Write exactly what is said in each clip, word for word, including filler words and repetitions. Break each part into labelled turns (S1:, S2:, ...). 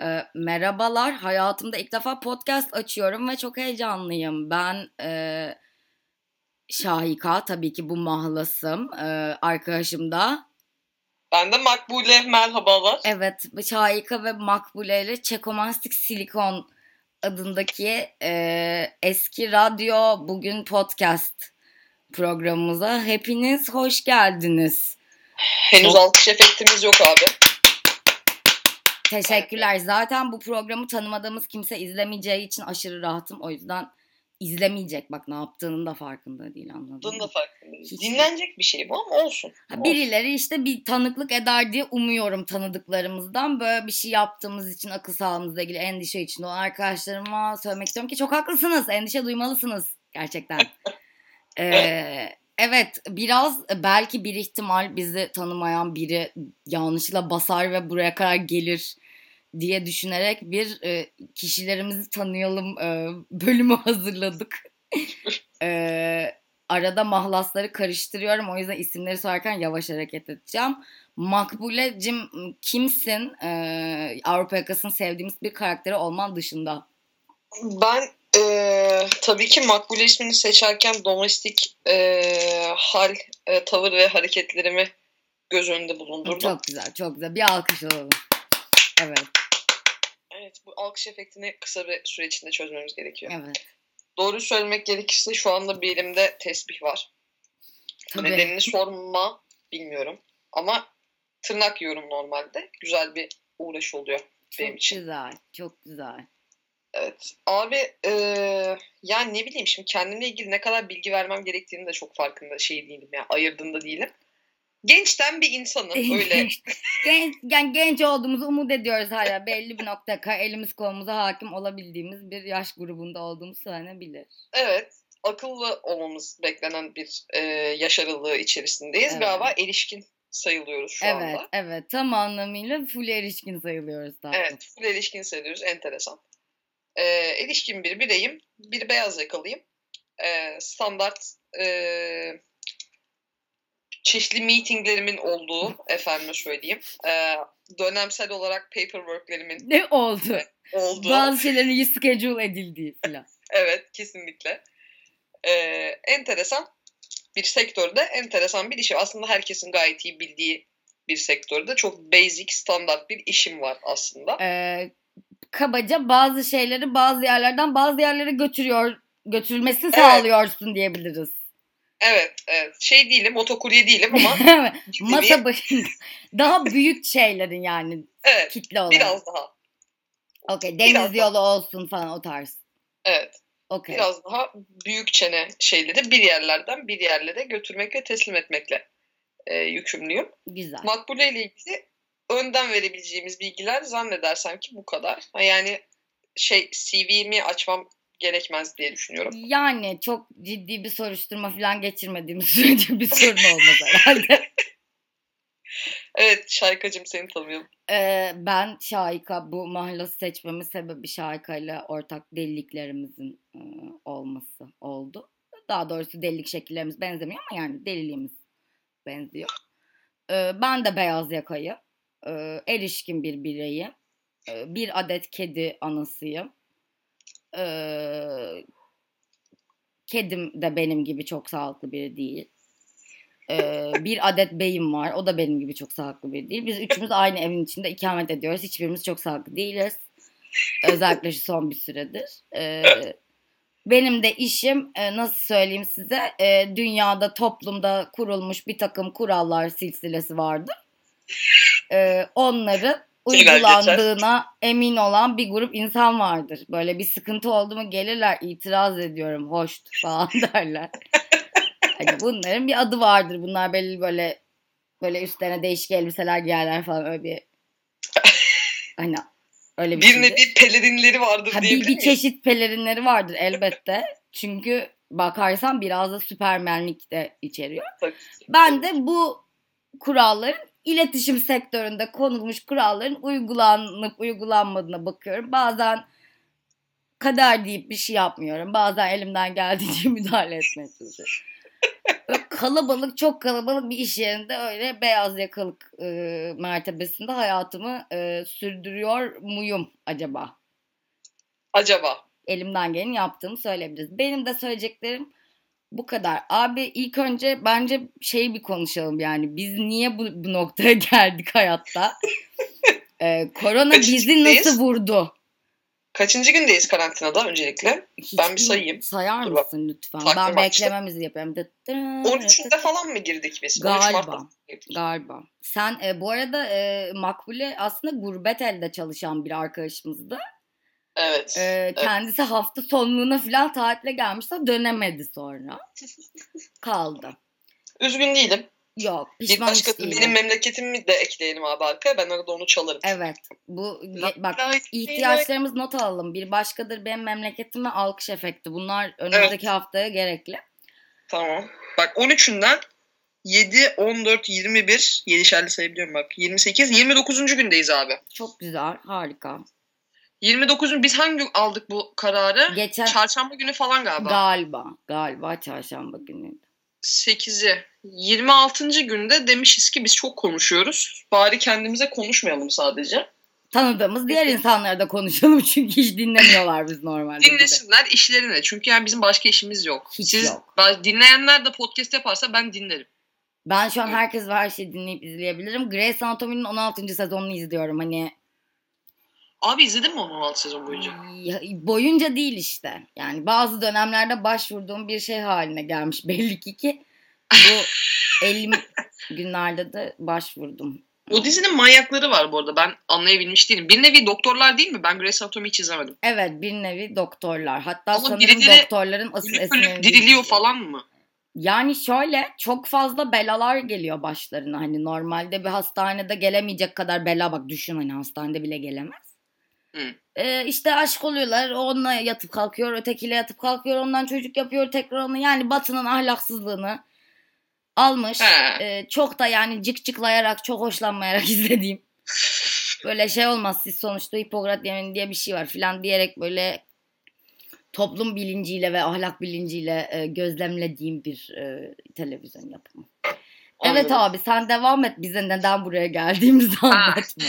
S1: E, merhabalar, hayatımda ilk defa podcast açıyorum ve çok heyecanlıyım. Ben e, Şahika, tabii ki bu mahlasım, e, arkadaşım da.
S2: Ben de Makbule, merhabalar.
S1: Evet, Şahika ve Makbule ile Çekomastik Silikon adındaki e, eski radyo bugün podcast programımıza hepiniz hoş geldiniz.
S2: Henüz çok... alkış efektimiz yok abi.
S1: Teşekkürler. Zaten bu programı tanımadığımız kimse izlemeyeceği için aşırı rahatım. O yüzden izlemeyecek. Bak ne yaptığının da farkında değil, anladın
S2: Bunun
S1: mı?
S2: da farkında değil. Hiç Dinlenecek bir şey bu ama olsun.
S1: Ha, birileri işte bir tanıklık eder diye umuyorum tanıdıklarımızdan. Böyle bir şey yaptığımız için, akıl sağlığımızla ilgili endişe içinde olan arkadaşlarıma söylemek istiyorum ki çok haklısınız. Endişe duymalısınız gerçekten. ee, evet, biraz belki bir ihtimal bizi tanımayan biri yanlışlıkla basar ve buraya kadar gelir diye düşünerek bir e, kişilerimizi tanıyalım e, bölümü hazırladık. e, arada mahlasları karıştırıyorum, o yüzden isimleri sorarken yavaş hareket edeceğim. Makbule'cim kimsin? E, Avrupa Yakası'nın sevdiğimiz bir karakteri olman dışında.
S2: Ben e, tabii ki Makbule ismini seçerken domestik e, hal, e, tavır ve hareketlerimi göz önünde bulundurdum.
S1: Çok güzel, çok güzel. Bir alkış alalım. Evet.
S2: Evet, bu alkış efektini kısa bir süre içinde çözmemiz gerekiyor.
S1: Evet.
S2: Doğru söylemek gerekirse şu anda bir elimde tesbih var. Tabii. Nedenini sorma bilmiyorum. Ama tırnak yiyorum normalde. Güzel bir uğraş oluyor
S1: çok
S2: benim için.
S1: Çok güzel, çok güzel.
S2: Evet. Abi e, yani ne bileyim şimdi kendimle ilgili ne kadar bilgi vermem gerektiğini de çok farkında şey değilim. Yani ayırdığında değilim. Gençten bir insanım öyle.
S1: genç, yani genç olduğumuzu umut ediyoruz hala. Belli bir noktaya kadar elimiz kolumuza hakim olabildiğimiz bir yaş grubunda olduğumuz söylenebilir.
S2: Evet. Akıllı olmamız beklenen bir e, yaş aralığı içerisindeyiz. Evet. Galiba erişkin sayılıyoruz şu
S1: evet,
S2: anda.
S1: Evet, evet. Tam anlamıyla full erişkin sayılıyoruz. Tabii.
S2: Evet, full erişkin sayılıyoruz. Enteresan. E, erişkin bir bireyim. Bir beyaz yakalıyım. E, standart e, çeşitli meetinglerimin olduğu, efendime söyleyeyim, e, dönemsel olarak paperworklerimin
S1: ne oldu?
S2: E, olduğu.
S1: Bazı şeylerin reschedule edildiği falan.
S2: Evet, kesinlikle. E, enteresan bir sektörde enteresan bir işim. Aslında herkesin gayet iyi bildiği bir sektörde çok basic, standart bir işim var aslında.
S1: Ee, kabaca bazı şeyleri bazı yerlerden bazı yerlere götürüyor, götürülmesini evet. sağlıyorsun diyebiliriz.
S2: Evet, evet. Şey değilim, motokurye değilim ama
S1: masa başında daha büyük şeylerin yani
S2: evet,
S1: kitle olarak.
S2: Biraz daha.
S1: Okey, deniz biraz yolu daha. Olsun falan o tarz.
S2: Evet.
S1: Okay.
S2: Biraz daha büyük çene şeyleri bir yerlerden bir yerlere götürmek ve teslim etmekle e, yükümlüyüm.
S1: Güzel.
S2: Makbule ile ilgili önden verebileceğimiz bilgiler zannedersem ki bu kadar. Yani şey C V'mi açmam gerekmez diye düşünüyorum.
S1: Yani çok ciddi bir soruşturma falan geçirmediğimiz sürece bir sorun olmaz herhalde.
S2: Evet, Şahikacığım seni tanıyalım.
S1: Ee, ben Şahika, bu mahlası seçmemin sebebi Şahika ile ortak deliliklerimizin e, olması oldu. Daha doğrusu delilik şekillerimiz benzemiyor ama yani deliliğimiz benziyor. Ee, ben de beyaz yakayı, e, erişkin bir bireyim, e, bir adet kedi anasıyım. Ee, kedim de benim gibi çok sağlıklı biri değil. Ee, bir adet beyim var. O da benim gibi çok sağlıklı biri değil. Biz üçümüz aynı evin içinde ikamet ediyoruz. Hiçbirimiz çok sağlıklı değiliz. Özellikle şu son bir süredir. Ee, benim de işim e, nasıl söyleyeyim size, e, dünyada, toplumda kurulmuş bir takım kurallar silsilesi vardır. E, onların uygulandığına emin olan bir grup insan vardır. Böyle bir sıkıntı oldu mu gelirler, itiraz ediyorum, hoş falan derler. Hani bunların bir adı vardır. Bunlar belli böyle böyle üstlerine değişik elbiseler giyerler falan, öyle bir hani öyle bir,
S2: bir nevi pelerinleri vardır
S1: ha,
S2: diyebilir
S1: bir, bir çeşit pelerinleri vardır elbette. Çünkü bakarsan biraz da süpermenlik de içeriyor. Ben de bu kuralların, iletişim sektöründe konulmuş kuralların uygulanıp uygulanmadığına bakıyorum. Bazen kader deyip bir şey yapmıyorum. Bazen elimden geldiğince müdahale etmeye çalışıyorum. kalabalık, çok kalabalık bir iş yerinde öyle beyaz yakalık e, mertebesinde hayatımı e, sürdürüyor muyum acaba?
S2: Acaba?
S1: Elimden geleni yaptığımı söyleyebiliriz. Benim de söyleyeceklerim bu kadar. Abi ilk önce bence şey bir konuşalım yani. Biz niye bu, bu noktaya geldik hayatta? Ee, korona
S2: Kaçıncı
S1: bizi
S2: gündeyiz?
S1: nasıl vurdu?
S2: Kaçıncı gündeyiz karantinada öncelikle?
S1: Hiç
S2: Ben bir
S1: bil-
S2: sayayım.
S1: Sayar
S2: Dur bak.
S1: mısın lütfen?
S2: Takvim
S1: Ben
S2: açtım.
S1: beklememizi yapıyorum. Dıt dıt
S2: on üçünde
S1: dıt.
S2: falan mı girdik biz? on üç Mart'ta
S1: Galiba.
S2: mı girdik?
S1: Galiba. Sen e, bu arada e, Makbule aslında gurbet elde çalışan bir arkadaşımızdı.
S2: Evet.
S1: E,
S2: evet.
S1: kendisi hafta sonluğuna falan tatile gelmişse dönemedi sonra. Kaldı.
S2: Üzgün değilim.
S1: Yok,
S2: Bir
S1: pişman
S2: başka
S1: hiç değilim.
S2: benim memleketimi de ekleyelim abi arkaya. Ben arada onu çalarım.
S1: Evet. Bu
S2: La-
S1: ge- bak
S2: la-
S1: ihtiyaçlarımız not alalım. Bir başkadır benim memleketim ve alkış efekti. Bunlar önümüzdeki haftaya gerekli.
S2: Tamam. Bak on üçünden yedi, on dört, yirmi bir yedişerli sayabiliyorum bak. yirmi sekiz, yirmi dokuzuncu gündeyiz abi.
S1: Çok güzel, harika.
S2: yirmi dokuzuncu biz hangi gün aldık bu kararı?
S1: Geçen
S2: Çarşamba günü falan galiba.
S1: Galiba, galiba çarşamba günüydü.
S2: sekizi. yirmi altıncı günde demişiz ki biz çok konuşuyoruz. Bari kendimize konuşmayalım sadece.
S1: Tanıdığımız diğer insanlara da konuşalım çünkü hiç dinlemiyorlar biz normalde.
S2: Dinlesinler işlerine. Çünkü yani bizim başka işimiz yok.
S1: Hiç
S2: Siz
S1: yok.
S2: dinleyenler de podcast yaparsa ben dinlerim.
S1: Ben şu an herkes ve her şeyi dinleyip izleyebilirim. Grey's Anatomy'nin on altıncı sezonunu izliyorum. Hani
S2: Abi izledin mi onu on altı sezon boyunca?
S1: boyunca değil işte. Yani bazı dönemlerde başvurduğum bir şey haline gelmiş belli ki ki bu elli günlerde de başvurdum.
S2: O dizinin manyakları var bu arada. Ben anlayabilmiş değilim. Bir nevi doktorlar değil mi? Ben Grey's Anatomy'yi hiç izlemedim.
S1: Evet, bir nevi doktorlar. Hatta
S2: Ama
S1: sanırım
S2: birileri
S1: doktorların asıl
S2: ölüp ölüp
S1: esinlendiği.
S2: diriliyor falan mı?
S1: Yani şöyle çok fazla belalar geliyor başlarına. Hani normalde bir hastanede gelemeyecek kadar bela, bak düşün hani hastanede bile gelemez.
S2: Hı.
S1: Ee, işte aşk oluyorlar. Onunla yatıp kalkıyor, ötekiyle yatıp kalkıyor, ondan çocuk yapıyor tekrar onu. Yani Batı'nın ahlaksızlığını almış. Ee, çok da yani cık cıklayarak, çok hoşlanmayarak izlediğim. Böyle şey olmaz, siz sonuçta Hipokrat yemini diye bir şey var filan diyerek böyle toplum bilinciyle ve ahlak bilinciyle e, gözlemlediğim bir e, televizyon yapımı.
S2: Anladım.
S1: Evet abi sen devam et, bize neden buraya geldiğimizi anlatma.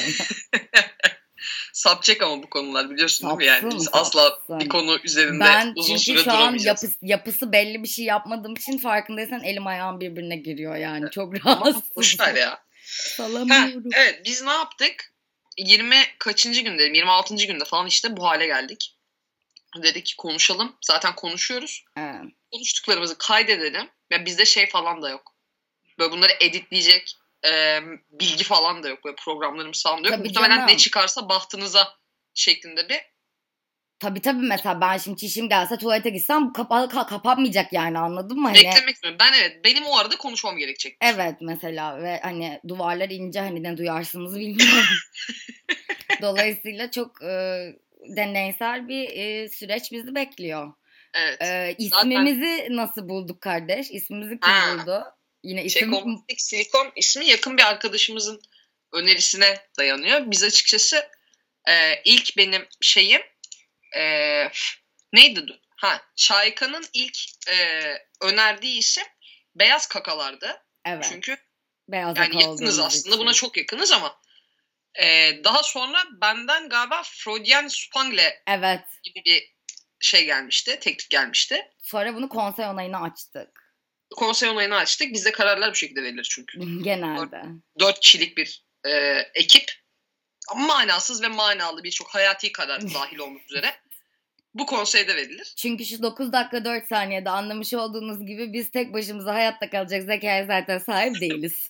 S2: Sapacak ama bu konular biliyorsun
S1: Sapsın,
S2: değil mi? Yani biz asla
S1: sapsın.
S2: bir konu üzerinde
S1: ben
S2: uzun
S1: çünkü
S2: süre
S1: şu an
S2: duramayacağız.
S1: yapısı, yapısı belli bir şey yapmadığım için farkındaysan elim ayağım birbirine giriyor yani. Çok rahatsız.
S2: Boşver ya.
S1: Salamıyorum.
S2: Ha, evet biz ne yaptık? yirmi kaçıncı günde, yirmi altıncı günde falan işte bu hale geldik. Dedik ki konuşalım. Zaten konuşuyoruz.
S1: Evet.
S2: Konuştuklarımızı kaydedelim. Ya bizde şey falan da yok. Böyle bunları editleyecek e, bilgi falan da yok. Böyle programlarımız falan da yok.
S1: Tabii
S2: Muhtemelen
S1: canım.
S2: ne çıkarsa bahtınıza şeklinde bir.
S1: Tabii tabii, mesela ben şimdi çişim gelse tuvalete gitsem kapalı ka- kapanmayacak yani, anladın mı? Hani,
S2: Beklemek istiyorum. Ben evet benim o arada konuşmam gerekecek.
S1: evet mesela ve hani duvarlar ince, hani ne duyarsınız bilmiyorum. Dolayısıyla çok e, deneysel bir e, süreç bizi bekliyor.
S2: Evet.
S1: E, ismimizi Zaten... nasıl bulduk kardeş? İsmimizi kim
S2: ha.
S1: buldu? Yine isim...
S2: Çekomastik Silikon ismi yakın bir arkadaşımızın önerisine dayanıyor. Biz açıkçası e, ilk benim şeyim e, neydi? Ha, Şayka'nın ilk e, önerdiği isim Beyaz Kakalardı.
S1: Evet.
S2: Çünkü
S1: Beyaz
S2: yani yakınız aslında için. Buna çok yakınız ama e, daha sonra benden galiba Freudian Spangle
S1: evet.
S2: gibi bir şey gelmişti. Teklif gelmişti.
S1: Sonra bunu konsey onayına açtık.
S2: Konsey onayını açtık. Bizde kararlar bu şekilde verilir çünkü.
S1: Genelde.
S2: Dört kişilik bir e, ekip. Ama manasız ve manalı birçok hayati karar dahil olmak üzere. Bu konseyde verilir.
S1: Çünkü şu dokuz dakika dört saniyede anlamış olduğunuz gibi biz tek başımıza hayatta kalacak zekaya zaten sahip değiliz.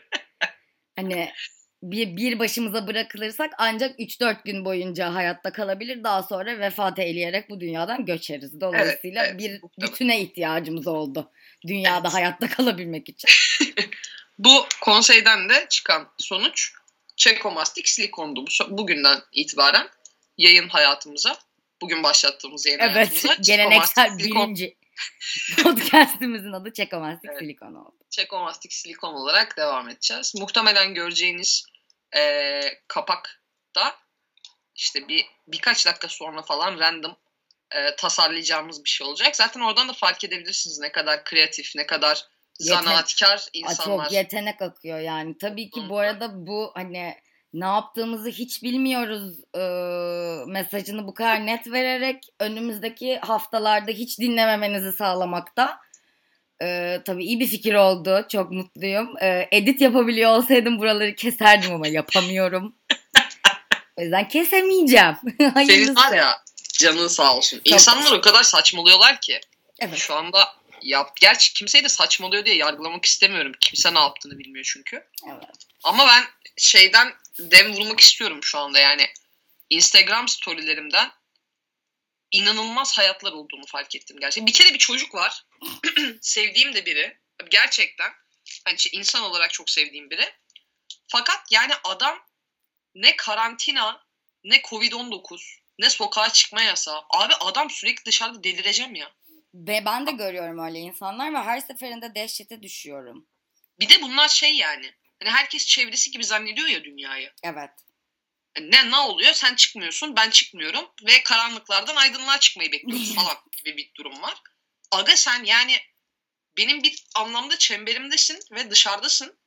S1: Hani bir, bir başımıza bırakılırsak ancak üç dört gün boyunca hayatta kalabilir. Daha sonra vefat eyleyerek bu dünyadan göçeriz. Dolayısıyla evet, evet, bir bütüne ihtiyacımız oldu dünyada evet. hayatta kalabilmek için.
S2: Bu konseyden de çıkan sonuç Çekomastik Silikon'du. Bu, bugünden itibaren yayın hayatımıza, bugün başlattığımız yayın
S1: evet,
S2: hayatımıza
S1: Evet, geleneksel birinci podcastimizin adı Çekomastik evet. Silikon oldu.
S2: Çekomastik Silikon olarak devam edeceğiz. Muhtemelen göreceğiniz e, kapakta işte bir birkaç dakika sonra falan random e, tasarlayacağımız bir şey olacak. Zaten oradan da fark edebilirsiniz ne kadar kreatif, ne kadar zanaatkar
S1: Yeten- Aa,
S2: insanlar.
S1: çok yetenek akıyor yani. Tabii ki bu arada bu hani ne yaptığımızı hiç bilmiyoruz e, mesajını bu kadar net vererek önümüzdeki haftalarda hiç dinlememenizi sağlamakta. E, tabii iyi bir fikir oldu. Çok mutluyum. E, edit yapabiliyor olsaydım buraları keserdim ama yapamıyorum. O yüzden kesemeyeceğim.
S2: Senin
S1: Hayırlısı.
S2: var ya canın sağ olsun.
S1: Çok
S2: İnsanlar o kadar saçmalıyorlar ki.
S1: Evet.
S2: Şu anda yap. Gerçi kimseyi de saçmalıyor diye yargılamak istemiyorum. Kimse ne yaptığını bilmiyor çünkü.
S1: Evet.
S2: Ama ben şeyden dem vurmak istiyorum şu anda yani. Instagram storylerimden inanılmaz hayatlar olduğunu fark ettim gerçekten. Bir kere bir çocuk var. Sevdiğim de biri. Gerçekten. Hani işte insan olarak çok sevdiğim biri. Fakat yani adam ne karantina, ne covid on dokuz, ne sokağa çıkma yasağı. Abi adam sürekli dışarıda, delireceğim ya.
S1: Ve ben de görüyorum öyle insanlar ve her seferinde dehşete düşüyorum.
S2: Bir de bunlar şey yani. Hani herkes çevresi gibi zannediyor ya dünyayı.
S1: Evet.
S2: Yani ne ne oluyor? Sen çıkmıyorsun, ben çıkmıyorum ve karanlıklardan aydınlığa çıkmayı bekliyoruz falan gibi bir durum var. Aga sen yani benim bir anlamda çemberimdesin ve dışarıdasın.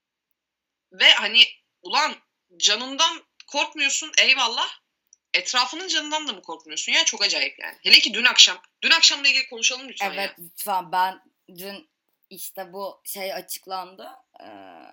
S2: Ve hani ulan canından korkmuyorsun, eyvallah. Etrafının canından da mı korkmuyorsun ya? Çok acayip yani. Hele ki dün akşam. Dün akşamla ilgili konuşalım lütfen
S1: Evet
S2: ya.
S1: lütfen, ben dün işte bu şey açıklandı. Ee,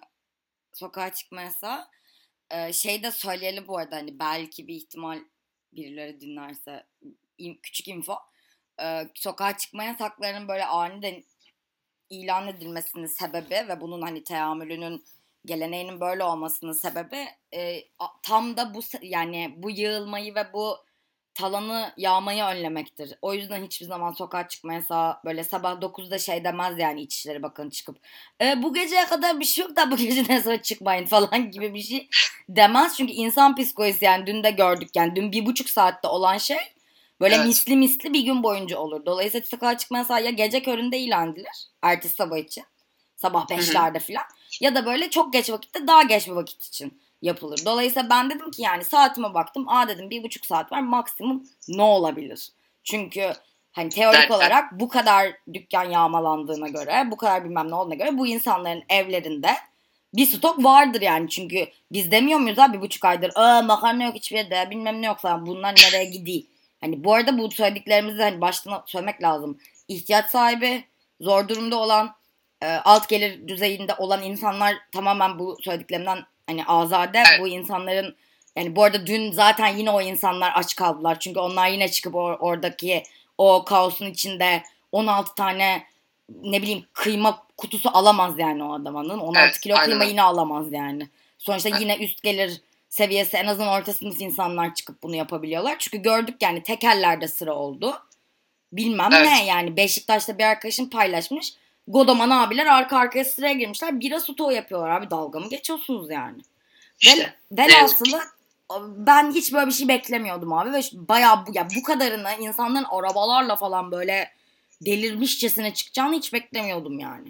S1: sokağa çıkma yasağı. Ee, şey de söyleyelim bu arada, hani belki bir ihtimal birileri dinlerse, in- küçük info. Ee, sokağa çıkma yasaklarının böyle aniden ilan edilmesinin sebebi ve bunun hani teamülünün, geleneğinin böyle olmasının sebebi e, a- tam da bu se- yani bu yığılmayı ve bu talanı yağmayı önlemektir. O yüzden hiçbir zaman sokağa çıkma yasağı böyle sabah dokuzda şey demez yani İçişleri Bakanı çıkıp e, bu geceye kadar bir şey yok da bu geceden sonra çıkmayın falan gibi bir şey demez. Çünkü insan psikolojisi, yani dün de gördük, yani dün bir buçuk saatte olan şey böyle
S2: Evet.
S1: misli misli bir gün boyunca olur. Dolayısıyla sokağa çıkma yasağı ya gece köründe ilan edilir ertesi sabah için, sabah beşlerde falan, ya da böyle çok geç vakitte, daha geç bir vakit için yapılır. Dolayısıyla ben dedim ki yani saatime baktım. Aa dedim, bir buçuk saat var maksimum, ne olabilir? Çünkü hani teorik
S2: Derken.
S1: olarak bu kadar dükkan yağmalandığına göre, bu kadar bilmem ne olduğuna göre bu insanların evlerinde bir stok vardır yani. Çünkü biz demiyor muyuz abi bir buçuk aydır aa makarna yok hiçbir yerde, bilmem ne yok falan, bunlar nereye gidiyor? Hani bu arada bu söylediklerimizi hani baştan söylemek lazım. İhtiyaç sahibi, zor durumda olan, e, alt gelir düzeyinde olan insanlar tamamen bu söylediklerimden hani azade.
S2: Evet.
S1: Bu insanların, yani bu arada dün zaten yine o insanlar aç kaldılar. Çünkü onlar yine çıkıp or- oradaki o kaosun içinde on altı tane ne bileyim kıyma kutusu alamaz yani o adamın. on altı
S2: Evet,
S1: kilo
S2: aynen
S1: kıyma
S2: öyle.
S1: yine alamaz yani. Sonuçta
S2: Evet.
S1: yine üst gelir seviyesi, en azından orta sınıf insanlar çıkıp bunu yapabiliyorlar. Çünkü gördük yani tekerlerde sıra oldu. Bilmem
S2: Evet.
S1: ne yani, Beşiktaş'ta bir arkadaşım paylaşmış. Godoman abiler arka arkaya sıraya girmişler. Bira stoğu yapıyorlar abi, dalga mı geçiyorsunuz yani?
S2: İşte.
S1: Vel,
S2: Ne yazık ki.
S1: velhasılı ben hiç böyle bir şey beklemiyordum abi. Ve bayağı bu, ya bu kadarını insanların arabalarla falan böyle delirmişçesine çıkacağını hiç beklemiyordum yani.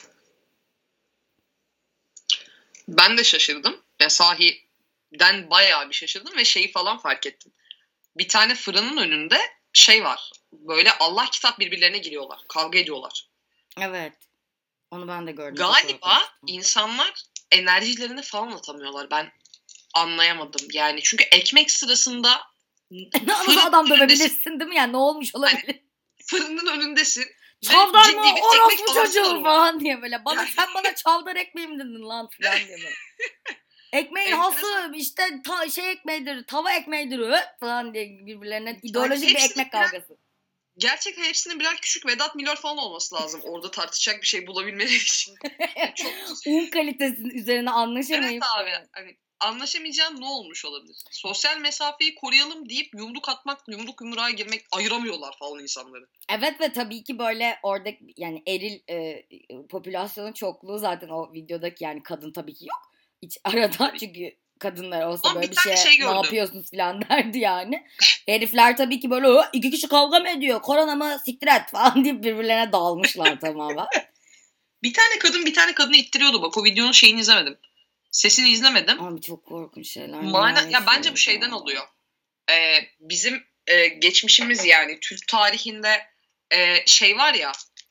S2: Ben de şaşırdım. Ya sahiden bayağı bir şaşırdım ve şeyi falan fark ettim. Bir tane fırının önünde şey var. Böyle Allah kitap birbirlerine giriyorlar. Kavga ediyorlar.
S1: Evet. Onu ben de gördüm.
S2: Galiba insanlar enerjilerini falan atamıyorlar. Ben anlayamadım. Yani çünkü ekmek sırasında
S1: nasıl adam dövebilirsin değil mi? Yani ne olmuş olabilir?
S2: Hani, fırının önündesin.
S1: Çavdar mı? Orospu
S2: çocuğu
S1: çocuğu falan diye böyle. Bana
S2: yani.
S1: sen bana çavdar ekmeğim dedin lan falan diye böyle. Ekmeğin hası işte ta, şey ekmeğidir, tava ekmeğidir öt falan diye birbirlerine ideolojik yani bir ekmek birer, kavgası.
S2: Gerçekten hepsinin birer küçük Vedat Milor falan olması lazım orada tartışacak bir şey bulabilmeleri için. Yani çok...
S1: Un kalitesinin üzerine anlaşamayıp.
S2: Evet abi hani anlaşamayacağın ne olmuş olabilir? Sosyal mesafeyi koruyalım deyip yumruk atmak, yumruk yumruğa girmek, ayıramıyorlar falan insanları.
S1: Evet ve tabii ki böyle orada yani eril e, popülasyonun çokluğu zaten o videodaki, yani kadın tabii ki yok. Hiç arada çünkü kadınlar olsa ama böyle bir, bir şey, şey ne yapıyorsunuz falan derdi yani. Herifler tabii ki böyle iki kişi kavga mı ediyor, korona mı siktir et falan deyip birbirlerine dalmışlar tamamen.
S2: Bir tane kadın bir tane kadını ittiriyordu, bak o videonun şeyini izlemedim. Sesini izlemedim.
S1: Abi çok korkunç şeyler.
S2: Mana, ya bence bu şeyden ya. oluyor. Ee, bizim e, geçmişimiz yani Türk tarihinde e, şey var ya,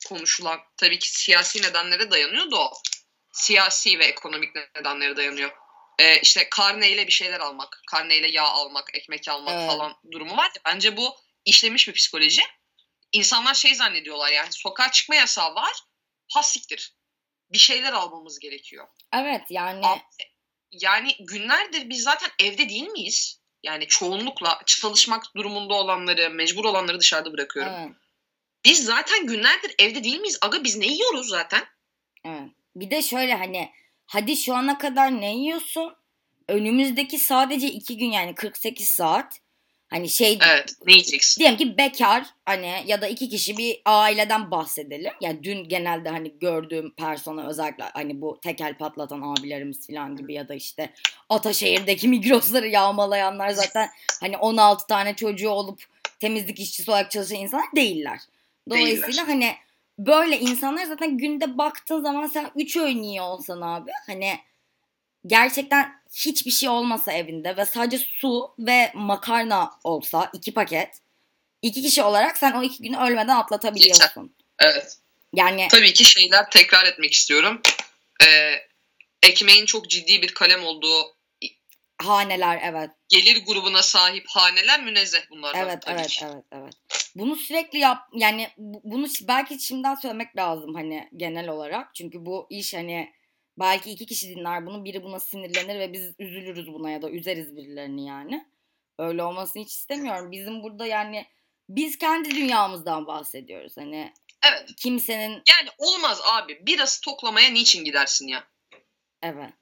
S2: konuşulan tabii ki siyasi nedenlere dayanıyor da o. Siyasi ve ekonomik nedenlere dayanıyor. Ee, işte karneyle bir şeyler almak, karneyle yağ almak, ekmek almak
S1: Evet.
S2: falan durumu var ya. Bence bu işlemiş bir psikoloji. İnsanlar şey zannediyorlar yani sokağa çıkma yasağı var. Ha siktir. Bir şeyler almamız gerekiyor.
S1: Evet yani.
S2: Abi, yani günlerdir biz zaten evde değil miyiz? Yani çoğunlukla çalışmak durumunda olanları, mecbur olanları dışarıda bırakıyorum.
S1: Evet.
S2: Biz zaten günlerdir evde değil miyiz? Aga biz ne yiyoruz zaten?
S1: Evet. Bir de şöyle hani hadi şu ana kadar ne yiyorsun? Önümüzdeki sadece iki gün yani kırk sekiz saat. Hani şey
S2: Evet, ne yiyeceksin?
S1: diyelim ki bekar hani ya da iki kişi bir aileden bahsedelim. Yani dün genelde hani gördüğüm persona özellikle hani bu tekel patlatan abilerimiz falan gibi ya da işte Ataşehir'deki Migros'ları yağmalayanlar zaten hani on altı tane çocuğu olup temizlik işçisi olarak çalışan insanlar değiller. Dolayısıyla
S2: Değiller.
S1: hani böyle insanlar zaten günde baktığın zaman sen üç öğün yiyor olsan abi hani gerçekten hiçbir şey olmasa evinde ve sadece su ve makarna olsa iki paket iki kişi olarak sen o iki günü ölmeden atlatabiliyorsun.
S2: Evet.
S1: Yani
S2: tabii ki şeyler tekrar etmek istiyorum. Ee, ekmeğin çok ciddi bir kalem olduğu
S1: haneler evet.
S2: Gelir grubuna sahip haneler münezzeh bunlardan
S1: evet,
S2: tabii
S1: evet,
S2: ki.
S1: Evet evet Bunu sürekli yap yani bunu belki şimdiden söylemek lazım hani genel olarak. Çünkü bu iş hani belki iki kişi dinler bunu biri buna sinirlenir ve biz üzülürüz buna ya da üzeriz birilerini yani. Öyle olmasını hiç istemiyorum. Bizim burada yani biz kendi dünyamızdan bahsediyoruz. Hani
S2: evet.
S1: Kimsenin
S2: yani olmaz abi. Birası toklamaya niçin gidersin ya?
S1: Evet.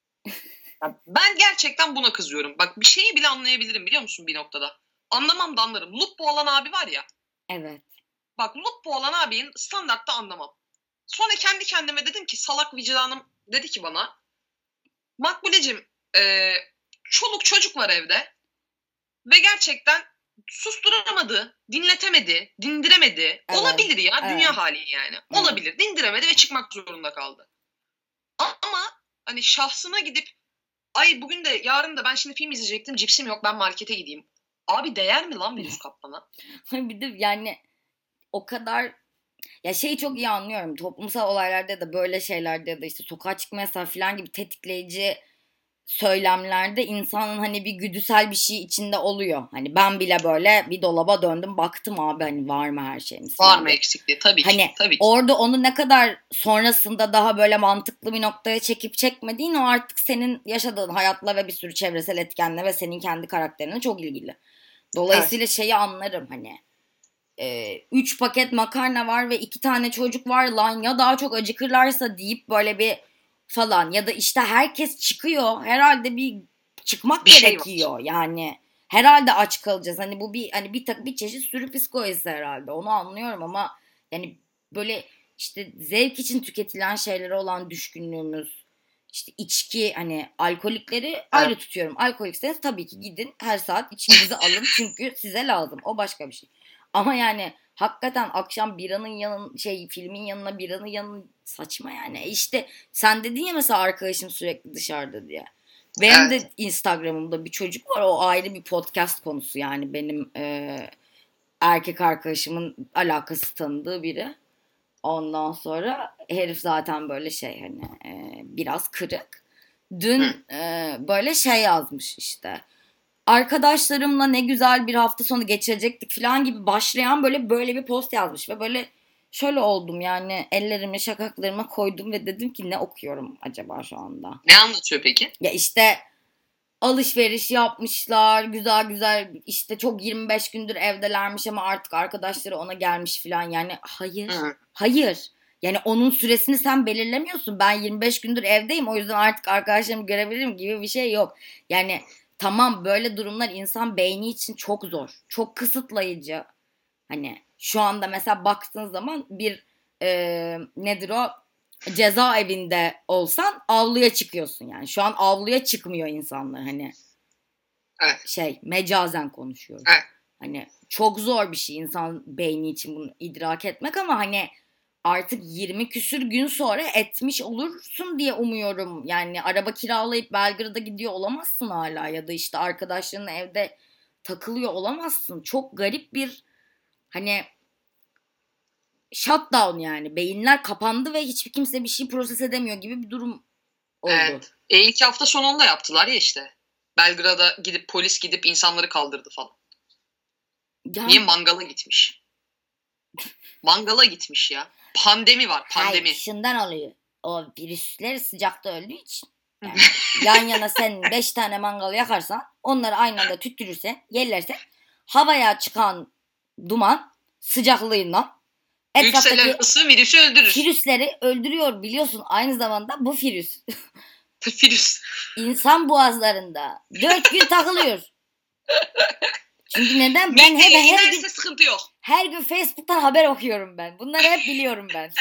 S2: Ben gerçekten buna kızıyorum. Bak bir şeyi bile anlayabilirim biliyor musun bir noktada. Anlamam da anlarım. Lupo olan abi var ya.
S1: Evet.
S2: Bak Lupo olan abinin standartta anlamam. Sonra kendi kendime dedim ki salak vicdanım dedi ki bana. Makbulecim e, çoluk çocuk var evde. Ve gerçekten susturamadı, dinletemedi, dindiremedi.
S1: Evet.
S2: Olabilir ya
S1: Evet.
S2: dünya hali yani.
S1: Evet.
S2: Olabilir. Dindiremedi ve çıkmak zorunda kaldı. Ama hani şahsına gidip ay bugün de yarın da ben şimdi film izleyecektim cipsim yok ben markete gideyim. Abi değer mi lan virüs kapmana?
S1: Bir de yani o kadar ya şeyi çok iyi anlıyorum. Toplumsal olaylarda da böyle şeylerde ya da işte sokağa çıkma yasağı falan gibi tetikleyici söylemlerde insanın hani bir güdüsel bir şey içinde oluyor. Hani ben bile böyle bir dolaba döndüm baktım abi hani var mı her şeyimiz
S2: Var
S1: falan
S2: mı
S1: diye.
S2: eksikliği? Tabii ki.
S1: Hani
S2: tabii ki.
S1: orada onu ne kadar sonrasında daha böyle mantıklı bir noktaya çekip çekmediğin o artık senin yaşadığın hayatla ve bir sürü çevresel etkenle ve senin kendi karakterinle çok ilgili. Dolayısıyla evet. Şeyi anlarım hani e, üç paket makarna var ve iki tane çocuk var lan ya daha çok acıkırlarsa deyip böyle bir falan ya da işte herkes çıkıyor herhalde bir çıkmak
S2: Bir şey
S1: gerekiyor yani herhalde aç kalacağız hani bu bir hani bir bir çeşit sürü psikolojisi herhalde onu anlıyorum ama yani böyle işte zevk için tüketilen şeylere olan düşkünlüğümüz işte içki hani alkolikleri ayrı
S2: Evet.
S1: tutuyorum alkolikseniz tabii ki gidin her saat içkinizi alın çünkü size lazım o başka bir şey. Ama yani hakikaten akşam biranın yanın şey filmin yanına biranın yanına saçma yani. İşte sen dedin ya mesela arkadaşım sürekli dışarıda diye. Benim evet. de Instagram'ımda bir çocuk var o ayrı bir podcast konusu yani benim e, erkek arkadaşımın alakası tanıdığı biri. Ondan sonra herif zaten böyle şey hani e, biraz kırık. Dün e, böyle şey yazmış işte. Arkadaşlarımla ne güzel bir hafta sonu geçirecektik falan gibi başlayan böyle böyle bir post yazmış ve böyle şöyle oldum yani ellerimi şakaklarıma koydum ve dedim ki ne okuyorum acaba şu anda?
S2: Ne anlatıyor peki?
S1: Ya işte alışveriş yapmışlar güzel güzel işte çok yirmi beş gündür evdelermiş ama artık arkadaşları ona gelmiş falan yani hayır Hı. hayır yani onun süresini sen belirlemiyorsun ben yirmi beş gündür evdeyim o yüzden artık arkadaşlarımı görebilirim gibi bir şey yok yani tamam böyle durumlar insan beyni için çok zor çok kısıtlayıcı hani şu anda mesela baktığın zaman bir e, nedir o cezaevinde olsan avluya çıkıyorsun yani. Şu an avluya çıkmıyor insanlar hani.
S2: Evet.
S1: Şey mecazen konuşuyoruz.
S2: Evet.
S1: Hani çok zor bir şey insan beyni için bunu idrak etmek ama hani artık yirmi küsür gün sonra etmiş olursun diye umuyorum. Yani araba kiralayıp Belgrad'a gidiyor olamazsın hala ya da işte arkadaşlarınla evde takılıyor olamazsın. Çok garip bir hani shutdown yani. Beyinler kapandı ve hiçbir kimse bir şey proses edemiyor gibi bir durum oldu.
S2: Evet. E ilk hafta sonunda yaptılar ya işte. Belgrad'a gidip polis gidip insanları kaldırdı falan.
S1: Yani,
S2: Niye mangala gitmiş? Mangala gitmiş ya. Pandemi var, pandemi.
S1: Hayır, şundan oluyor. O virüsler sıcakta öldüğü için. Yani yan yana sen beş tane mangal yakarsan, onları aynı anda tüttürürse, yerlerse havaya çıkan duman sıcaklığından
S2: yükselen ısı virüsü öldürür.
S1: Virüsleri öldürüyor biliyorsun. Aynı zamanda bu virüs.
S2: Virüs.
S1: İnsan boğazlarında dört gün takılıyor. Çünkü neden? Ben hep her gün,
S2: sıkıntı yok.
S1: Her gün Facebook'tan haber okuyorum ben. Bunları hep biliyorum ben.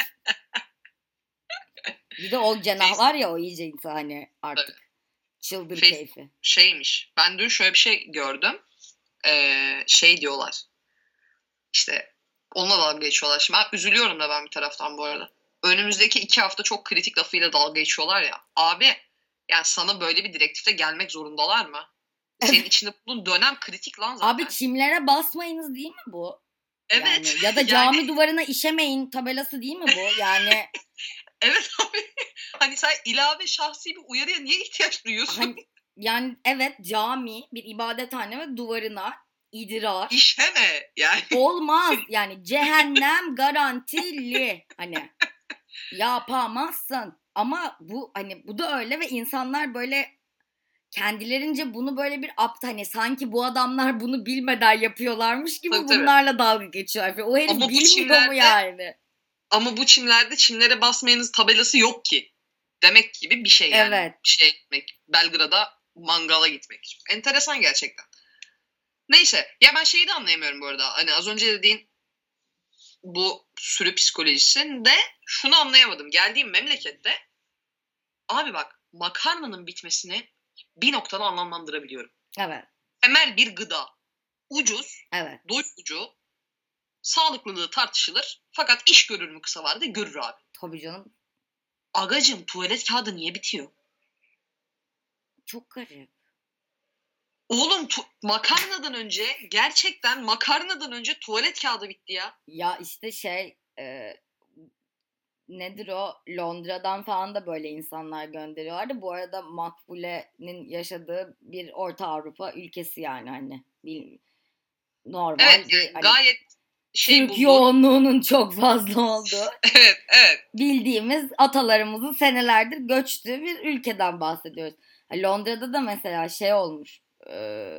S1: Bir de o cenah var ya, o iyice insan hani artık. Evet. Çıldır Face, keyfi.
S2: Şeymiş. Ben dün şöyle bir şey gördüm. Ee, şey diyorlar. İşte onunla dalga geçiyorlar. Şimdi ben üzülüyorum da ben bir taraftan bu arada. Önümüzdeki iki hafta çok kritik lafıyla dalga geçiyorlar ya. Abi yani sana böyle bir direktifle gelmek zorundalar mı? Senin içinde bulunduğun dönem kritik lan zaten.
S1: Abi çimlere basmayınız değil mi bu?
S2: Evet.
S1: Yani, ya da cami yani... duvarına işemeyin tabelası değil mi bu? Yani.
S2: Evet abi. Hani sen ilave şahsi bir uyarıya niye ihtiyaç duyuyorsun?
S1: Hani, yani evet, cami bir ibadethane ve duvarına idrar.
S2: İşeme yani.
S1: Olmaz yani, cehennem garantili. Hani yapamazsın. Ama bu hani bu da öyle ve insanlar böyle kendilerince bunu böyle bir apt, hani sanki bu adamlar bunu bilmeden yapıyorlarmış gibi tabii, bunlarla tabii. dalga geçiyor. O herif ama bilmiyor çimlerde, mu yani?
S2: Ama bu çimlerde çimlere basmayınız tabelası yok ki. Demek gibi bir şey yani. Evet. Bir şey gitmek. Belgrad'a mangala gitmek. Enteresan gerçekten. Neyse. Ya ben şeyi de anlayamıyorum bu arada. Hani az önce dediğin bu sürü psikolojisinde şunu anlayamadım. Geldiğim memlekette abi bak, makarnanın bitmesini bir noktada anlamlandırabiliyorum.
S1: Evet.
S2: Temel bir gıda. Ucuz.
S1: Evet.
S2: Doyurucu. Sağlıklılığı tartışılır. Fakat iş görür mü kısa vadede? Görür abi.
S1: Tabii canım.
S2: Agacım tuvalet kağıdı niye bitiyor?
S1: Çok garip.
S2: Oğlum tu- makarnadan önce gerçekten makarnadan önce tuvalet kağıdı bitti ya.
S1: Ya işte şey e, nedir o, Londra'dan falan da böyle insanlar gönderiyorlardı. Bu arada Makbule'nin yaşadığı bir Orta Avrupa ülkesi yani hani bil, normal
S2: evet,
S1: bir
S2: yani hani, gayet şey
S1: Türk buldu. Yoğunluğunun çok fazla olduğu.
S2: evet evet.
S1: Bildiğimiz atalarımızın senelerdir göçtüğü bir ülkeden bahsediyoruz. Londra'da da mesela şey olmuş. E,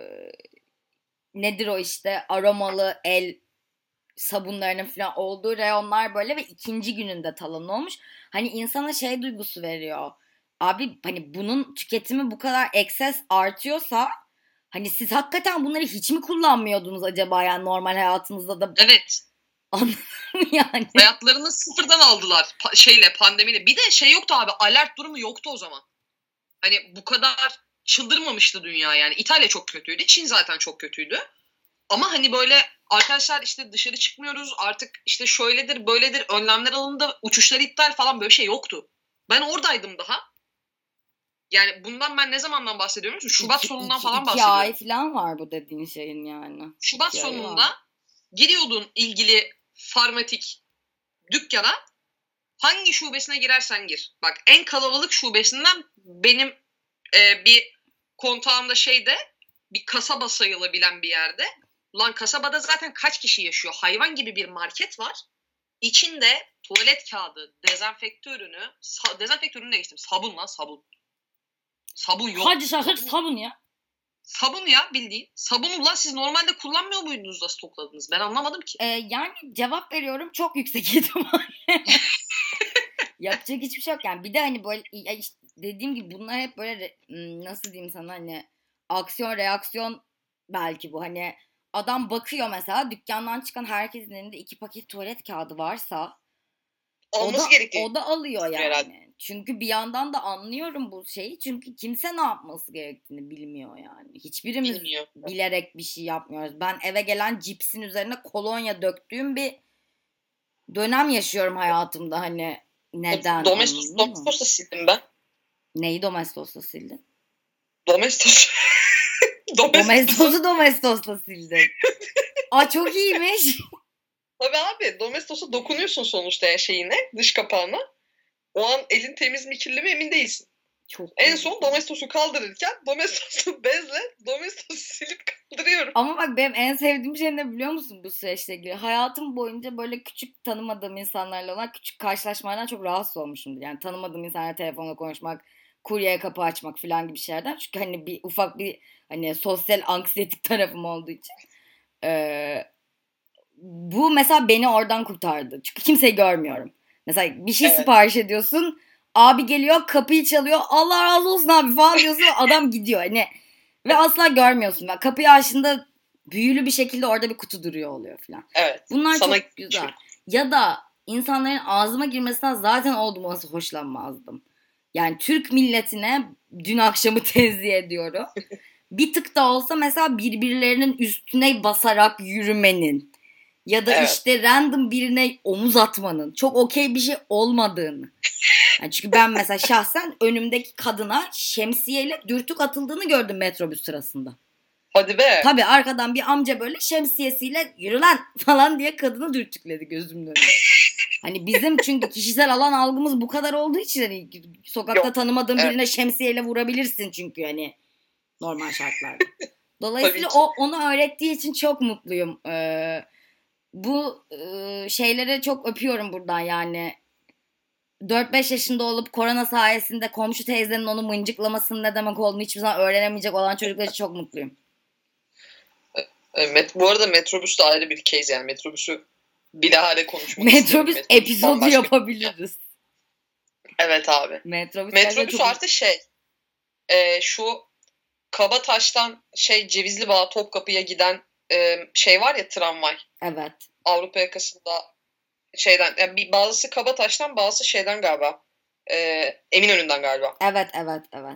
S1: nedir o işte aromalı el sabunlarının falan olduğu reyonlar böyle ve ikinci gününde talan olmuş. Hani insana şey duygusu veriyor. Abi hani bunun tüketimi bu kadar ekses artıyorsa hani siz hakikaten bunları hiç mi kullanmıyordunuz acaba yani normal hayatınızda da?
S2: Evet.
S1: Anladın mı yani?
S2: Hayatlarını sıfırdan aldılar pa- şeyle pandemiyle. Bir de şey yoktu abi, alert durumu yoktu o zaman. Hani bu kadar çıldırmamıştı dünya yani. İtalya çok kötüydü. Çin zaten çok kötüydü. Ama hani böyle arkadaşlar işte dışarı çıkmıyoruz artık, işte şöyledir böyledir, önlemler alındı, uçuşlar iptal falan, böyle bir şey yoktu. Ben oradaydım daha. Yani bundan ben ne zamandan bahsediyorum? Şubat iki, sonundan iki, falan iki bahsediyorum.
S1: İki ay falan var bu dediğin şeyin yani.
S2: Şubat iki sonunda giriyordun ilgili farmatik dükkana, hangi şubesine girersen gir. Bak en kalabalık şubesinden benim e, bir kontağımda şeyde, bir kasaba sayılabilen bir yerde. Ulan kasabada zaten kaç kişi yaşıyor? Hayvan gibi bir market var. İçinde tuvalet kağıdı, dezenfektör ürünü, sa- dezenfektör ürünü de geçtim. Sabun lan sabun. Sabun yok.
S1: Hadi şakır sabun ya.
S2: Sabun ya bildiğin. Sabunu lan siz normalde kullanmıyor muydunuz da stokladınız? Ben anlamadım ki.
S1: Ee, yani cevap veriyorum, çok yüksek ihtimal. Yapacak hiçbir şey yok yani. Bir de hani böyle işte dediğim gibi bunlar hep böyle nasıl diyeyim sana, hani aksiyon reaksiyon belki bu. Hani adam bakıyor mesela dükkandan çıkan herkesin elinde iki paket tuvalet kağıdı varsa o da, o da alıyor yani. Herhalde. Çünkü bir yandan da anlıyorum bu şeyi. Çünkü kimse ne yapması gerektiğini bilmiyor yani. Hiçbirimiz bilmiyor. Bilerek bir şey yapmıyoruz. Ben eve gelen cipsin üzerine kolonya döktüğüm bir dönem yaşıyorum hayatımda hani. Neden?
S2: Domestos, Domestos'la sildim ben.
S1: Neyi Domestos'la sildin?
S2: Domestos.
S1: Domestos'u Domestos'la sildin. Aa çok iyiymiş.
S2: Tabii abi, Domestos'a dokunuyorsun sonuçta ya şeyine, dış kapağına. O an elin temiz mi kirli mi emin değilsin.
S1: Çok
S2: en son Domestos'u kaldırırken Domestos'u bezle Domestos'u silip kaldırıyorum.
S1: Ama bak benim en sevdiğim şey ne biliyor musun bu süreçle ilgili? Hayatım boyunca böyle küçük tanımadığım insanlarla olan küçük karşılaşmalardan çok rahatsız olmuşumdur. Yani tanımadığım insanlarla telefonla konuşmak, kuryeye kapı açmak falan gibi şeylerden. Çünkü hani bir ufak bir hani sosyal anksiyetik tarafım olduğu için. Ee, bu mesela beni oradan kurtardı. Çünkü kimseyi görmüyorum. Mesela bir şey
S2: Evet.
S1: sipariş ediyorsun. Abi geliyor kapıyı çalıyor. Allah razı olsun abi falan diyorsun. Adam gidiyor. Hani ve asla görmüyorsun. Ve kapıyı açtığında büyülü bir şekilde orada bir kutu duruyor oluyor falan.
S2: Evet.
S1: Bunlar
S2: Sana
S1: çok güzel. Ya da insanların ağzıma girmesinden zaten olması hoşlanmazdım. Yani Türk milletine dün akşamı tenzih ediyorum. Bir tık da olsa mesela birbirlerinin üstüne basarak yürümenin ya da
S2: Evet.
S1: işte random birine omuz atmanın çok okey bir şey olmadığını. Yani çünkü ben mesela şahsen önümdeki kadına şemsiyeyle dürtük atıldığını gördüm metrobüs sırasında.
S2: Hadi be.
S1: Tabii arkadan bir amca böyle şemsiyesiyle yürü lan falan diye kadını dürtükledi gözümün önünde. Hani bizim çünkü kişisel alan algımız bu kadar olduğu için hani sokakta
S2: Yok.
S1: tanımadığın
S2: Evet.
S1: birine şemsiyeyle vurabilirsin çünkü hani normal şartlarda. Dolayısıyla
S2: Tabii ki.
S1: o onu öğrettiği için çok mutluyum. Ee, bu e, şeylere çok öpüyorum buradan yani. dört beş yaşında olup korona sayesinde komşu teyzenin onu mıncıklamasının ne demek olduğunu hiçbir zaman öğrenemeyecek olan çocuklar için çok mutluyum.
S2: Evet, bu arada metrobüs de ayrı bir case yani. Metrobüsü bilahare konuşmak
S1: Metrobüs
S2: isterim. Metrobüs
S1: epizodu
S2: bambaşka.
S1: yapabiliriz.
S2: Evet abi.
S1: Metrobüs,
S2: Metrobüs
S1: çok...
S2: artı şey e, şu Kabataş'tan şey Cevizli Bağ Topkapı'ya giden e, şey var ya, tramvay.
S1: Evet.
S2: Avrupa yakasında şeyden yani bir bazısı Kabataş'tan, bazısı şeyden galiba. E, Eminönü'nden galiba.
S1: Evet evet evet.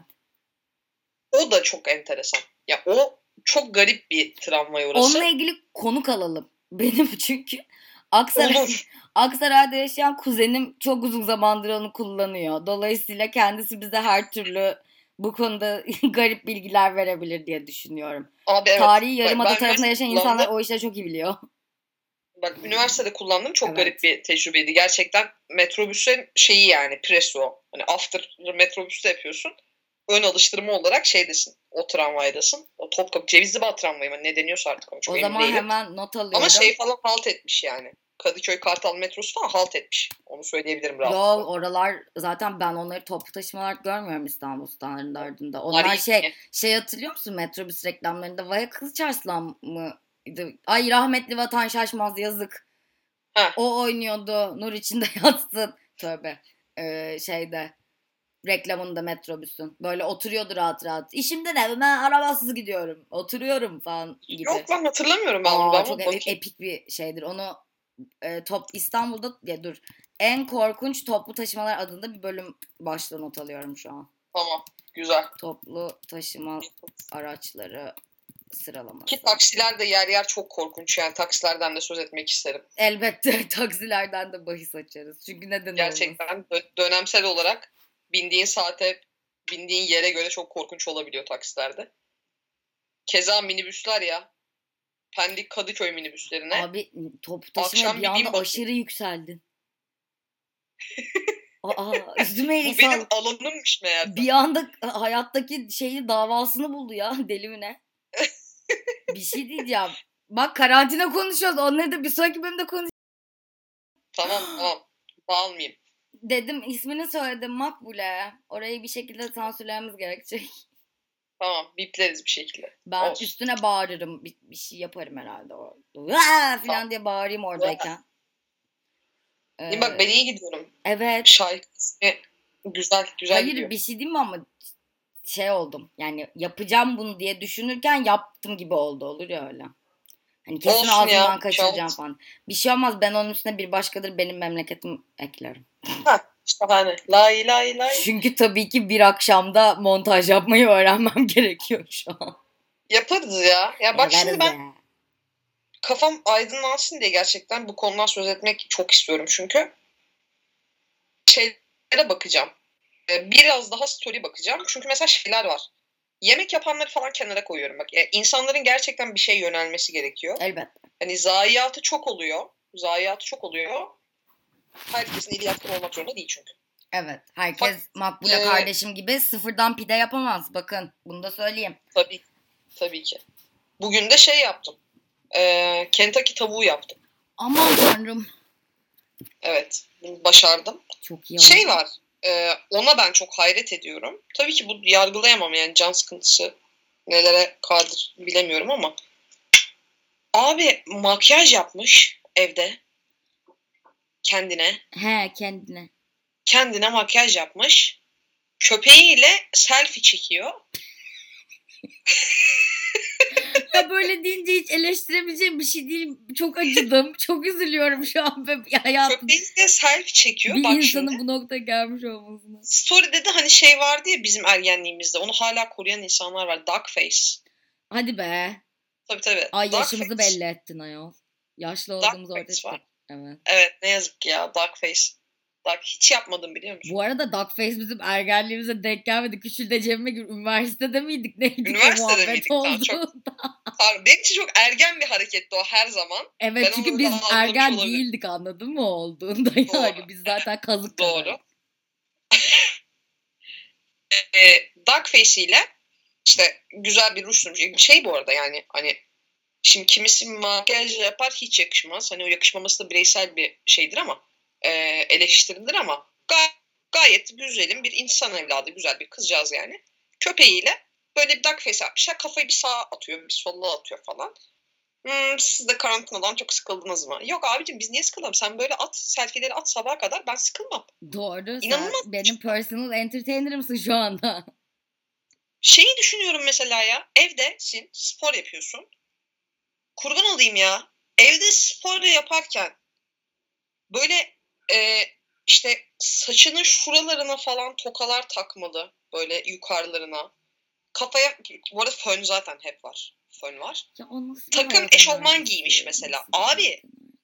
S2: O da çok enteresan. Ya o çok garip bir tramvay orası.
S1: Onunla ilgili konuk alalım. Benim çünkü Aksaray, Aksaray'da yaşayan kuzenim çok uzun zamandır onu kullanıyor. Dolayısıyla kendisi bize her türlü bu konuda garip bilgiler verebilir diye düşünüyorum.
S2: Abi evet.
S1: Tarihi Yarımada
S2: ben
S1: tarafında yaşayan
S2: kullandım.
S1: insanlar o işleri çok iyi biliyor.
S2: Bak üniversitede kullandım. Çok
S1: Evet.
S2: garip bir tecrübeydi. Gerçekten metrobüsün şeyi yani preso. Hani after metrobüste yapıyorsun. Ön alıştırma olarak şeydesin. O tramvaydasın. O Topkapı Cevizli Bağ tramvayı mı ne deniyorsa artık onu çok
S1: O
S2: emin
S1: zaman
S2: değilim.
S1: hemen not alıyorum.
S2: Ama şey falan halt etmiş yani. Kadıköy Kartal metrosu falan halt etmiş. Onu söyleyebilirim rahatlıkla.
S1: Yo oralar zaten ben onları toplu taşıma olarak görmüyorum İstanbul standartlarında. Onlar, Onlar şey iyi. şey hatırlıyor musun metrobüs reklamlarında Vaya Kızçarslan mı? Ay rahmetli Vatan Şaşmaz yazık. Heh. O oynuyordu. Nur içinde yatsın. Tövbe. Ee, şeyde reklamında metrobüsün. Böyle oturuyordu rahat rahat. İşimden evime arabasız gidiyorum. Oturuyorum falan gibi.
S2: Yok lan hatırlamıyorum ben.
S1: Aa,
S2: ben
S1: çok
S2: bakayım.
S1: epik bir şeydir. Onu e, top İstanbul'da ya dur. En korkunç toplu taşımalar adında bir bölüm başlığı not alıyorum şu an.
S2: Tamam. Güzel.
S1: Toplu taşıma araçları sıralaması.
S2: Ki taksiler de yer yer çok korkunç yani. Taksilerden de söz etmek isterim.
S1: Elbette taksilerden de bahis açarız. Çünkü neden
S2: Gerçekten olmaz? Dönemsel olarak bindiğin saate, bindiğin yere göre çok korkunç olabiliyor taksilerde. Keza minibüsler ya. Pendik Kadıköy minibüslerine.
S1: Abi toplu taşıma bir anda aşırı yükseldin. Aa, üstüme
S2: Bu benim alanımmış meğer.
S1: Bir anda hayattaki şeyi davasını buldu ya deli mi ne? Bir şey diyeceğim. Bak karantina konuşuyoruz. Onları da bir sonraki bölümde konuşacağız.
S2: Tamam tamam. Bağılmayayım.
S1: Dedim ismini söyledim Makbule. Orayı bir şekilde sansürlememiz gerekecek.
S2: Tamam bipleriz bir şekilde.
S1: Ben Olsun. Üstüne bağırırım. Bir, bir şey yaparım herhalde orada. Falan tamam. diye bağırayım oradayken.
S2: Ee, bak ben iyi gidiyorum.
S1: Evet.
S2: Şarkı ismi güzel güzel
S1: Hayır,
S2: gidiyor.
S1: bir şey diyeyim mi ama şey oldum. Yani yapacağım bunu diye düşünürken yaptım gibi oldu. Olur ya öyle. Hani kesin Olsun ağzımdan ya, kaçıracağım falan. Bir şey olmaz. Ben onun üstüne bir başkadır benim memleketim eklerim.
S2: Ha, işte hani lay lay lay.
S1: Çünkü tabii ki bir akşamda montaj yapmayı öğrenmem gerekiyor şu an.
S2: Yaparız ya. Ya bak şimdi ben ya. Kafam aydınlansın diye gerçekten bu konudan söz etmek çok istiyorum çünkü. Şeylere bakacağım. Biraz daha story bakacağım. Çünkü mesela şeyler var. Yemek yapanları falan kenara koyuyorum. Bak yani insanların gerçekten bir şey yönelmesi gerekiyor.
S1: Elbette.
S2: Hani zayiatı çok oluyor. Zayiatı çok oluyor. Herkesin eli yatkın olmak zorunda değil çünkü.
S1: Evet. Herkes Bak, Makbule e, kardeşim gibi sıfırdan pide yapamaz. Bakın bunu da söyleyeyim.
S2: Tabii. Tabii ki. Bugün de şey yaptım. E, Kentucky tavuğu yaptım.
S1: Aman tanrım.
S2: Evet. Bunu başardım.
S1: Çok iyi.
S2: Şey var. E, ona ben çok hayret ediyorum. Tabii ki bu yargılayamam yani can sıkıntısı nelere kadir bilemiyorum ama abi makyaj yapmış evde kendine.
S1: He kendine.
S2: Kendine makyaj yapmış. Köpeğiyle selfie çekiyor.
S1: Ya böyle deyince hiç eleştirebileceğim bir şey değil. Çok acıdım. Çok üzülüyorum şu an. Hayatım.
S2: Köpeğiyle selfie çekiyor.
S1: Bir
S2: Bak
S1: insanın
S2: şimdi,
S1: bu noktaya gelmiş olmasına.
S2: Story'de de hani şey vardı ya bizim ergenliğimizde. Onu hala koruyan insanlar var. Duck face.
S1: Hadi be.
S2: Tabii tabii.
S1: Ay
S2: Duck
S1: yaşımızı
S2: face.
S1: belli ettin ayol. Yaşlı olduğumuz ortaya çıktı. Evet.
S2: Evet ne yazık ki ya. Duck face. Duck hiç yapmadım biliyor musun?
S1: Bu arada Duck face bizim ergenliğimize denk gelmedi. Küçülde Cem'e gibi üniversitede miydik? Neydik
S2: Üniversitede miydik? Tamam, çok... Benim için çok ergen bir hareketti o her zaman.
S1: Evet ben çünkü biz ergen olabilir. Değildik anladın mı olduğunda yani. Doğru. Biz zaten kazık kadar.
S2: Doğru. e, Duck face ile işte güzel bir ruj sürmüş. Şey bu arada yani hani şimdi kimisi makyaj yapar hiç yakışmaz. Hani o yakışmaması da bireysel bir şeydir ama e, eleştirilir ama gay- gayet güzelim bir insan evladı. Güzel bir kızcağız yani. Köpeğiyle böyle bir duck face yapmışlar. Kafayı bir sağa atıyor bir sola atıyor falan. Hmm, siz de karantinadan çok sıkıldınız mı? Yok abicim biz niye sıkılalım? Sen böyle at selfie'leri at sabaha kadar ben sıkılmam.
S1: Doğru. İnanılmaz. Sen benim personal entertainer'ımsın şu anda.
S2: Şeyi düşünüyorum mesela ya. Evdesin spor yapıyorsun. Kurban olayım ya. Evde spor yaparken böyle e, işte saçının şuralarına falan tokalar takmalı. Böyle yukarılarına. Kafaya, bu arada fön zaten hep var. Fön var.
S1: Ya
S2: takım eşofman giymiş mesela. Abi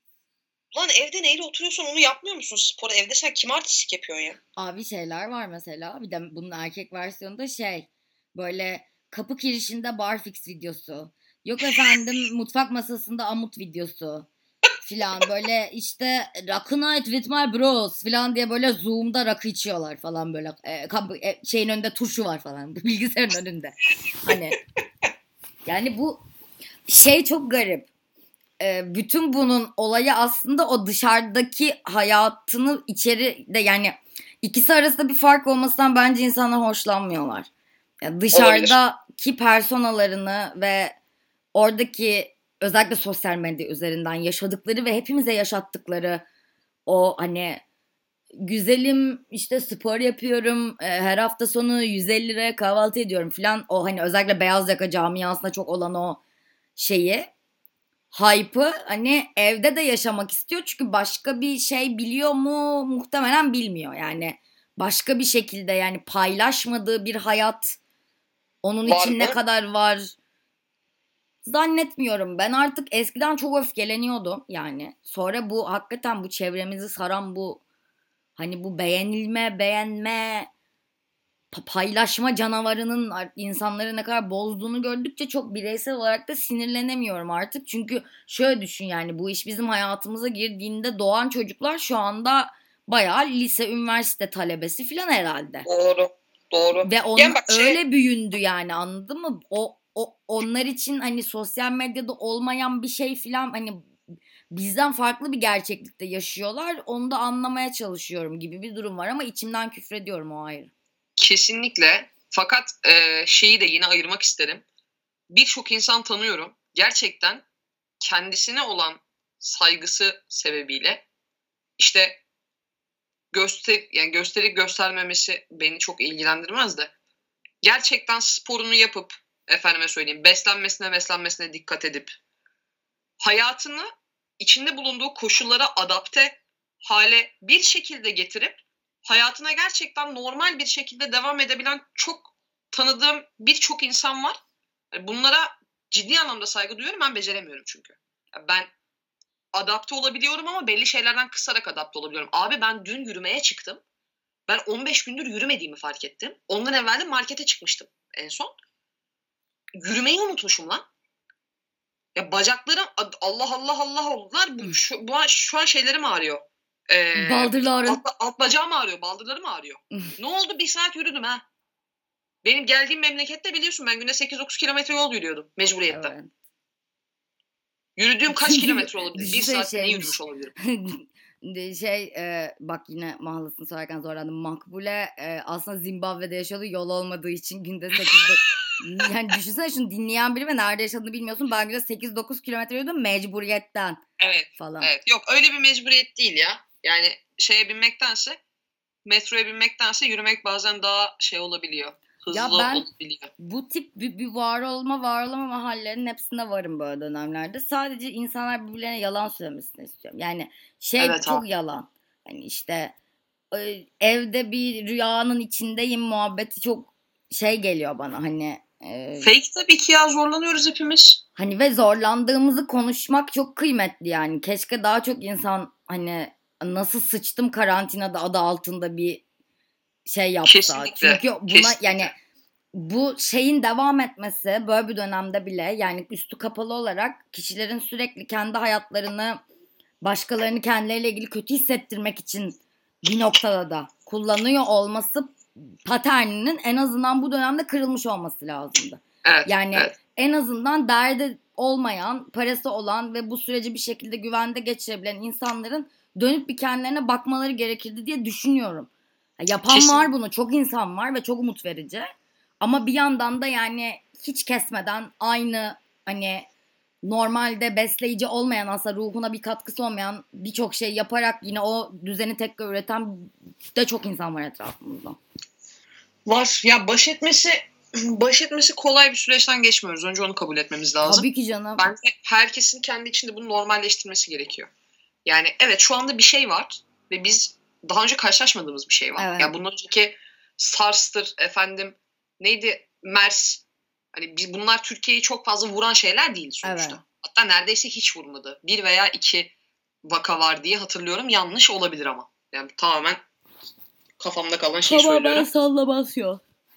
S2: lan evde neyle oturuyorsan onu yapmıyor musun sporu? Evde sen kim artistik yapıyorsun ya?
S1: Abi şeyler var mesela. Bir de bunun erkek versiyonu da şey. Böyle kapı girişinde barfix videosu. Yok efendim mutfak masasında amut videosu. Filan böyle işte Rakı Night with my bros filan diye böyle Zoom'da rakı içiyorlar falan böyle. E, kapı, e, şeyin önünde turşu var falan. Bilgisayarın önünde. Hani yani bu şey çok garip. E, bütün bunun olayı aslında o dışarıdaki hayatını içeride yani ikisi arasında bir fark olmasından bence insanlar hoşlanmıyorlar. Yani dışarıdaki olabilir. Personalarını ve oradaki özellikle sosyal medya üzerinden yaşadıkları ve hepimize yaşattıkları o hani güzelim işte spor yapıyorum her hafta sonu yüz elli liraya kahvaltı ediyorum falan o hani özellikle beyaz yaka camiasında çok olan o şeyi hype'ı hani evde de yaşamak istiyor çünkü başka bir şey biliyor mu muhtemelen bilmiyor yani başka bir şekilde yani paylaşmadığı bir hayat onun var için mı? Ne kadar var zannetmiyorum. Ben artık eskiden çok öfkeleniyordum yani. Sonra bu hakikaten bu çevremizi saran bu hani bu beğenilme, beğenme, paylaşma canavarının insanları ne kadar bozduğunu gördükçe çok bireysel olarak da sinirlenemiyorum artık. Çünkü şöyle düşün yani bu iş bizim hayatımıza girdiğinde doğan çocuklar şu anda bayağı lise, üniversite talebesi falan herhalde.
S2: Doğru, doğru.
S1: Ve on yani şey... öyle büyündü yani anladın mı? O O, onlar için hani sosyal medyada olmayan bir şey filan hani bizden farklı bir gerçeklikte yaşıyorlar. Onu da anlamaya çalışıyorum gibi bir durum var ama içimden küfrediyorum o ayrı.
S2: Kesinlikle. Fakat e, şeyi de yine ayırmak isterim. Birçok insan tanıyorum. Gerçekten kendisine olan saygısı sebebiyle işte göster yani gösterip göstermemesi beni çok ilgilendirmez de gerçekten sporunu yapıp efendime söyleyeyim beslenmesine beslenmesine dikkat edip hayatını içinde bulunduğu koşullara adapte hale bir şekilde getirip hayatına gerçekten normal bir şekilde devam edebilen çok tanıdığım birçok insan var. Bunlara ciddi anlamda saygı duyuyorum. Ben beceremiyorum çünkü. Ben adapte olabiliyorum ama belli şeylerden kısarak adapte olabiliyorum. Abi ben dün yürümeye çıktım. Ben on beş gündür yürümediğimi fark ettim. Ondan evvel de markete çıkmıştım en son. Yürümeyi unutmuşum lan. Ya bacaklarım Allah Allah Allah oldular. Bu, şu, bu an, şu an şeylerim ağrıyor. Ee,
S1: Baldırlarım.
S2: Alt, alt bacağım ağrıyor. Baldırlarım ağrıyor. Ne oldu? Bir saat yürüdüm ha. Benim geldiğim memlekette biliyorsun ben günde sekiz dokuz kilometre yol yürüyordum. Mecburiyetten. Evet. Yürüdüğüm kaç kilometre olabilir? Bir saat ne yürümüş olabilirim?
S1: şey e, bak yine mahlasını söylerken zorlandım. Makbule e, aslında Zimbabwe'de yaşıyordu. Yol olmadığı için günde sekiz yani düşünsene şunu dinleyen biri ve nerede yaşadığını bilmiyorsun. Ben günde sekiz dokuz kilometre yürüdüm mecburiyetten.
S2: Evet.
S1: Falan.
S2: Evet. Yok öyle bir mecburiyet değil ya. Yani şeye binmektense metroya binmektense yürümek bazen daha şey olabiliyor. Hızlı
S1: ya ben
S2: olabiliyor.
S1: Bu tip bir, bir var olma var olamama hallerinin hepsinde varım böyle dönemlerde. Sadece insanlar birbirlerine yalan söylemesini istiyorum. Yani şey evet, çok abi. Yalan. Hani işte evde bir rüyanın içindeyim muhabbeti çok şey geliyor bana hani.
S2: E, Fake tabii ki ya zorlanıyoruz hepimiz.
S1: Hani ve zorlandığımızı konuşmak çok kıymetli yani. Keşke daha çok insan hani nasıl sıçtım karantinada adı altında bir şey yapsa.
S2: Kesinlikle.
S1: Çünkü buna
S2: Kesinlikle.
S1: yani bu şeyin devam etmesi böyle bir dönemde bile yani üstü kapalı olarak kişilerin sürekli kendi hayatlarını başkalarını kendileriyle ilgili kötü hissettirmek için bir noktada da kullanıyor olması paterninin en azından bu dönemde kırılmış olması lazımdı.
S2: Evet,
S1: yani
S2: evet.
S1: En azından derdi olmayan, parası olan ve bu süreci bir şekilde güvende geçirebilen insanların dönüp bir kendilerine bakmaları gerekirdi diye düşünüyorum. Yapan Kesin. Var bunu, çok insan var ve çok umut verici. Ama bir yandan da yani hiç kesmeden aynı hani normalde besleyici olmayan aslında ruhuna bir katkısı olmayan birçok şey yaparak yine o düzeni tekrar üreten de çok insan var etrafımızda.
S2: Var. Ya baş etmesi baş etmesi kolay bir süreçten geçmiyoruz. Önce onu kabul etmemiz lazım.
S1: Tabii ki canım.
S2: Bence herkesin kendi içinde bunu normalleştirmesi gerekiyor. Yani evet şu anda bir şey var ve biz daha önce karşılaşmadığımız bir şey var. Evet. Yani bundan önceki SARS'tır efendim neydi MERS. Hani biz bunlar Türkiye'yi çok fazla vuran şeyler değil sonuçta. Evet. Hatta neredeyse hiç vurmadı. Bir veya iki vaka var diye hatırlıyorum. Yanlış olabilir ama. Yani tamamen kafamda kalan şeyi
S1: tamamen
S2: söylüyorum.
S1: Tamamen sallamasyon.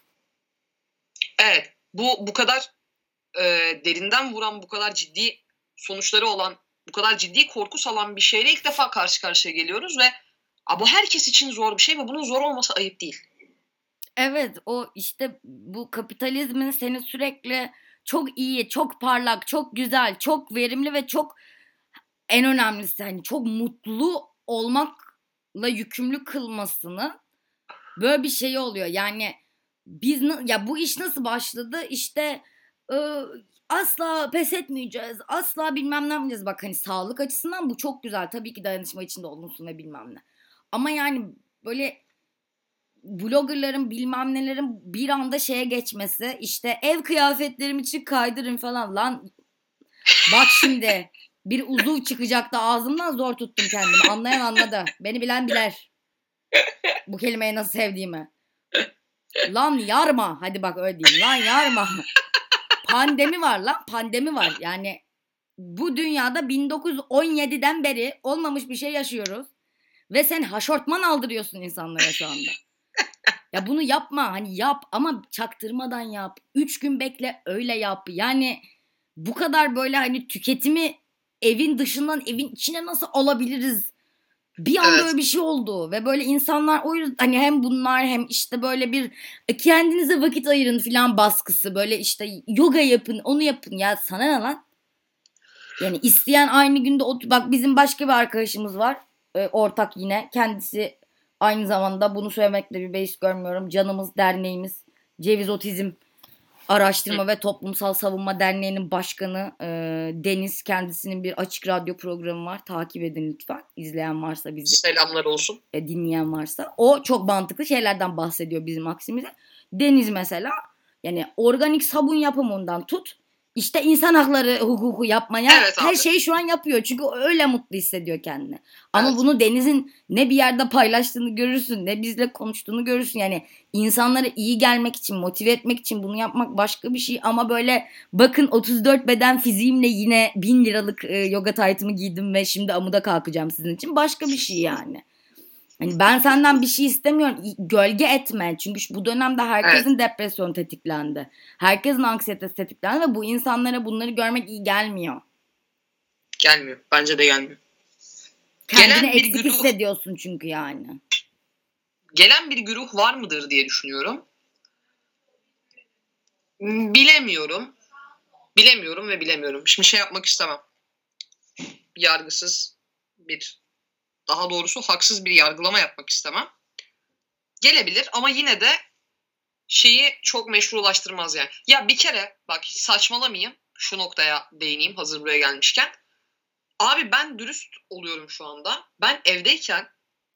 S2: Evet. Bu bu kadar e, derinden vuran, bu kadar ciddi sonuçları olan, bu kadar ciddi korku salan bir şeyle ilk defa karşı karşıya geliyoruz ve a, bu herkes için zor bir şey ve bunun zor olması ayıp değil.
S1: Evet, o işte bu kapitalizmin seni sürekli çok iyi, çok parlak, çok güzel, çok verimli ve çok en önemlisi hani çok mutlu olmakla yükümlü kılmasını böyle bir şey oluyor. Yani biz ya bu iş nasıl başladı? İşte e, asla pes etmeyeceğiz, asla bilmem ne yapmayacağız. Bak hani sağlık açısından bu çok güzel. Tabii ki dayanışma içinde olunsun ve bilmem ne. Ama yani böyle bloggerların bilmem nelerin bir anda şeye geçmesi işte ev kıyafetlerim için kaydırın falan lan bak şimdi bir uzuv çıkacaktı ağzımdan zor tuttum kendimi anlayan anladı beni bilen biler bu kelimeyi nasıl sevdiğimi lan yarma hadi bak öyle diyeyim lan yarma pandemi var lan pandemi var yani bu dünyada bin dokuz yüz on yediden beri olmamış bir şey yaşıyoruz ve sen haşortman aldırıyorsun insanlara şu anda. Ya bunu yapma hani yap ama çaktırmadan yap. Üç gün bekle öyle yap. Yani bu kadar böyle hani tüketimi evin dışından evin içine nasıl alabiliriz? Bir anda evet. Öyle bir şey oldu. Ve böyle insanlar o yüzden hani hem bunlar hem işte böyle bir kendinize vakit ayırın falan baskısı. Böyle işte yoga yapın onu yapın. Ya sana ne lan? Yani isteyen aynı günde otur. Bak bizim başka bir arkadaşımız var. E, ortak yine. Kendisi aynı zamanda bunu söylemekle bir beis görmüyorum. Canımız derneğimiz Ceviz Otizm Araştırma Hı. ve Toplumsal Savunma Derneği'nin başkanı e, Deniz. Kendisinin bir açık radyo programı var. Takip edin lütfen. İzleyen varsa bizi.
S2: Selamlar olsun.
S1: E, dinleyen varsa. O çok mantıklı şeylerden bahsediyor bizim aksimize. Deniz mesela yani organik sabun yapımından tut. İşte insan hakları hukuku yapmaya evet, her şeyi şu an yapıyor. Çünkü öyle mutlu hissediyor kendini. Ama evet. Bunu Deniz'in ne bir yerde paylaştığını görürsün, ne bizle konuştuğunu görürsün. Yani insanlara iyi gelmek için, motive etmek için bunu yapmak başka bir şey. Ama böyle bakın otuz dört beden fiziğimle yine bin liralık e, yoga taytımı giydim ve şimdi amuda kalkacağım sizin için. Başka bir şey yani. Hani ben senden bir şey istemiyorum. Gölge etme. Çünkü bu dönemde herkesin evet. depresyonu tetiklendi. Herkesin anksiyetesi tetiklendi ve bu insanlara bunları görmek iyi gelmiyor.
S2: Gelmiyor. Bence de gelmiyor.
S1: Kendini gelen eksik bir güruh, hissediyorsun çünkü yani.
S2: Gelen bir güruh var mıdır diye düşünüyorum. Bilemiyorum. Bilemiyorum ve bilemiyorum. Şimdi şey yapmak istemem. Yargısız bir, daha doğrusu haksız bir yargılama yapmak istemem. Gelebilir ama yine de şeyi çok meşrulaştırmaz yani. Ya bir kere bak hiç saçmalamayayım. Şu noktaya değineyim hazır buraya gelmişken. Abi ben dürüst oluyorum şu anda. Ben evdeyken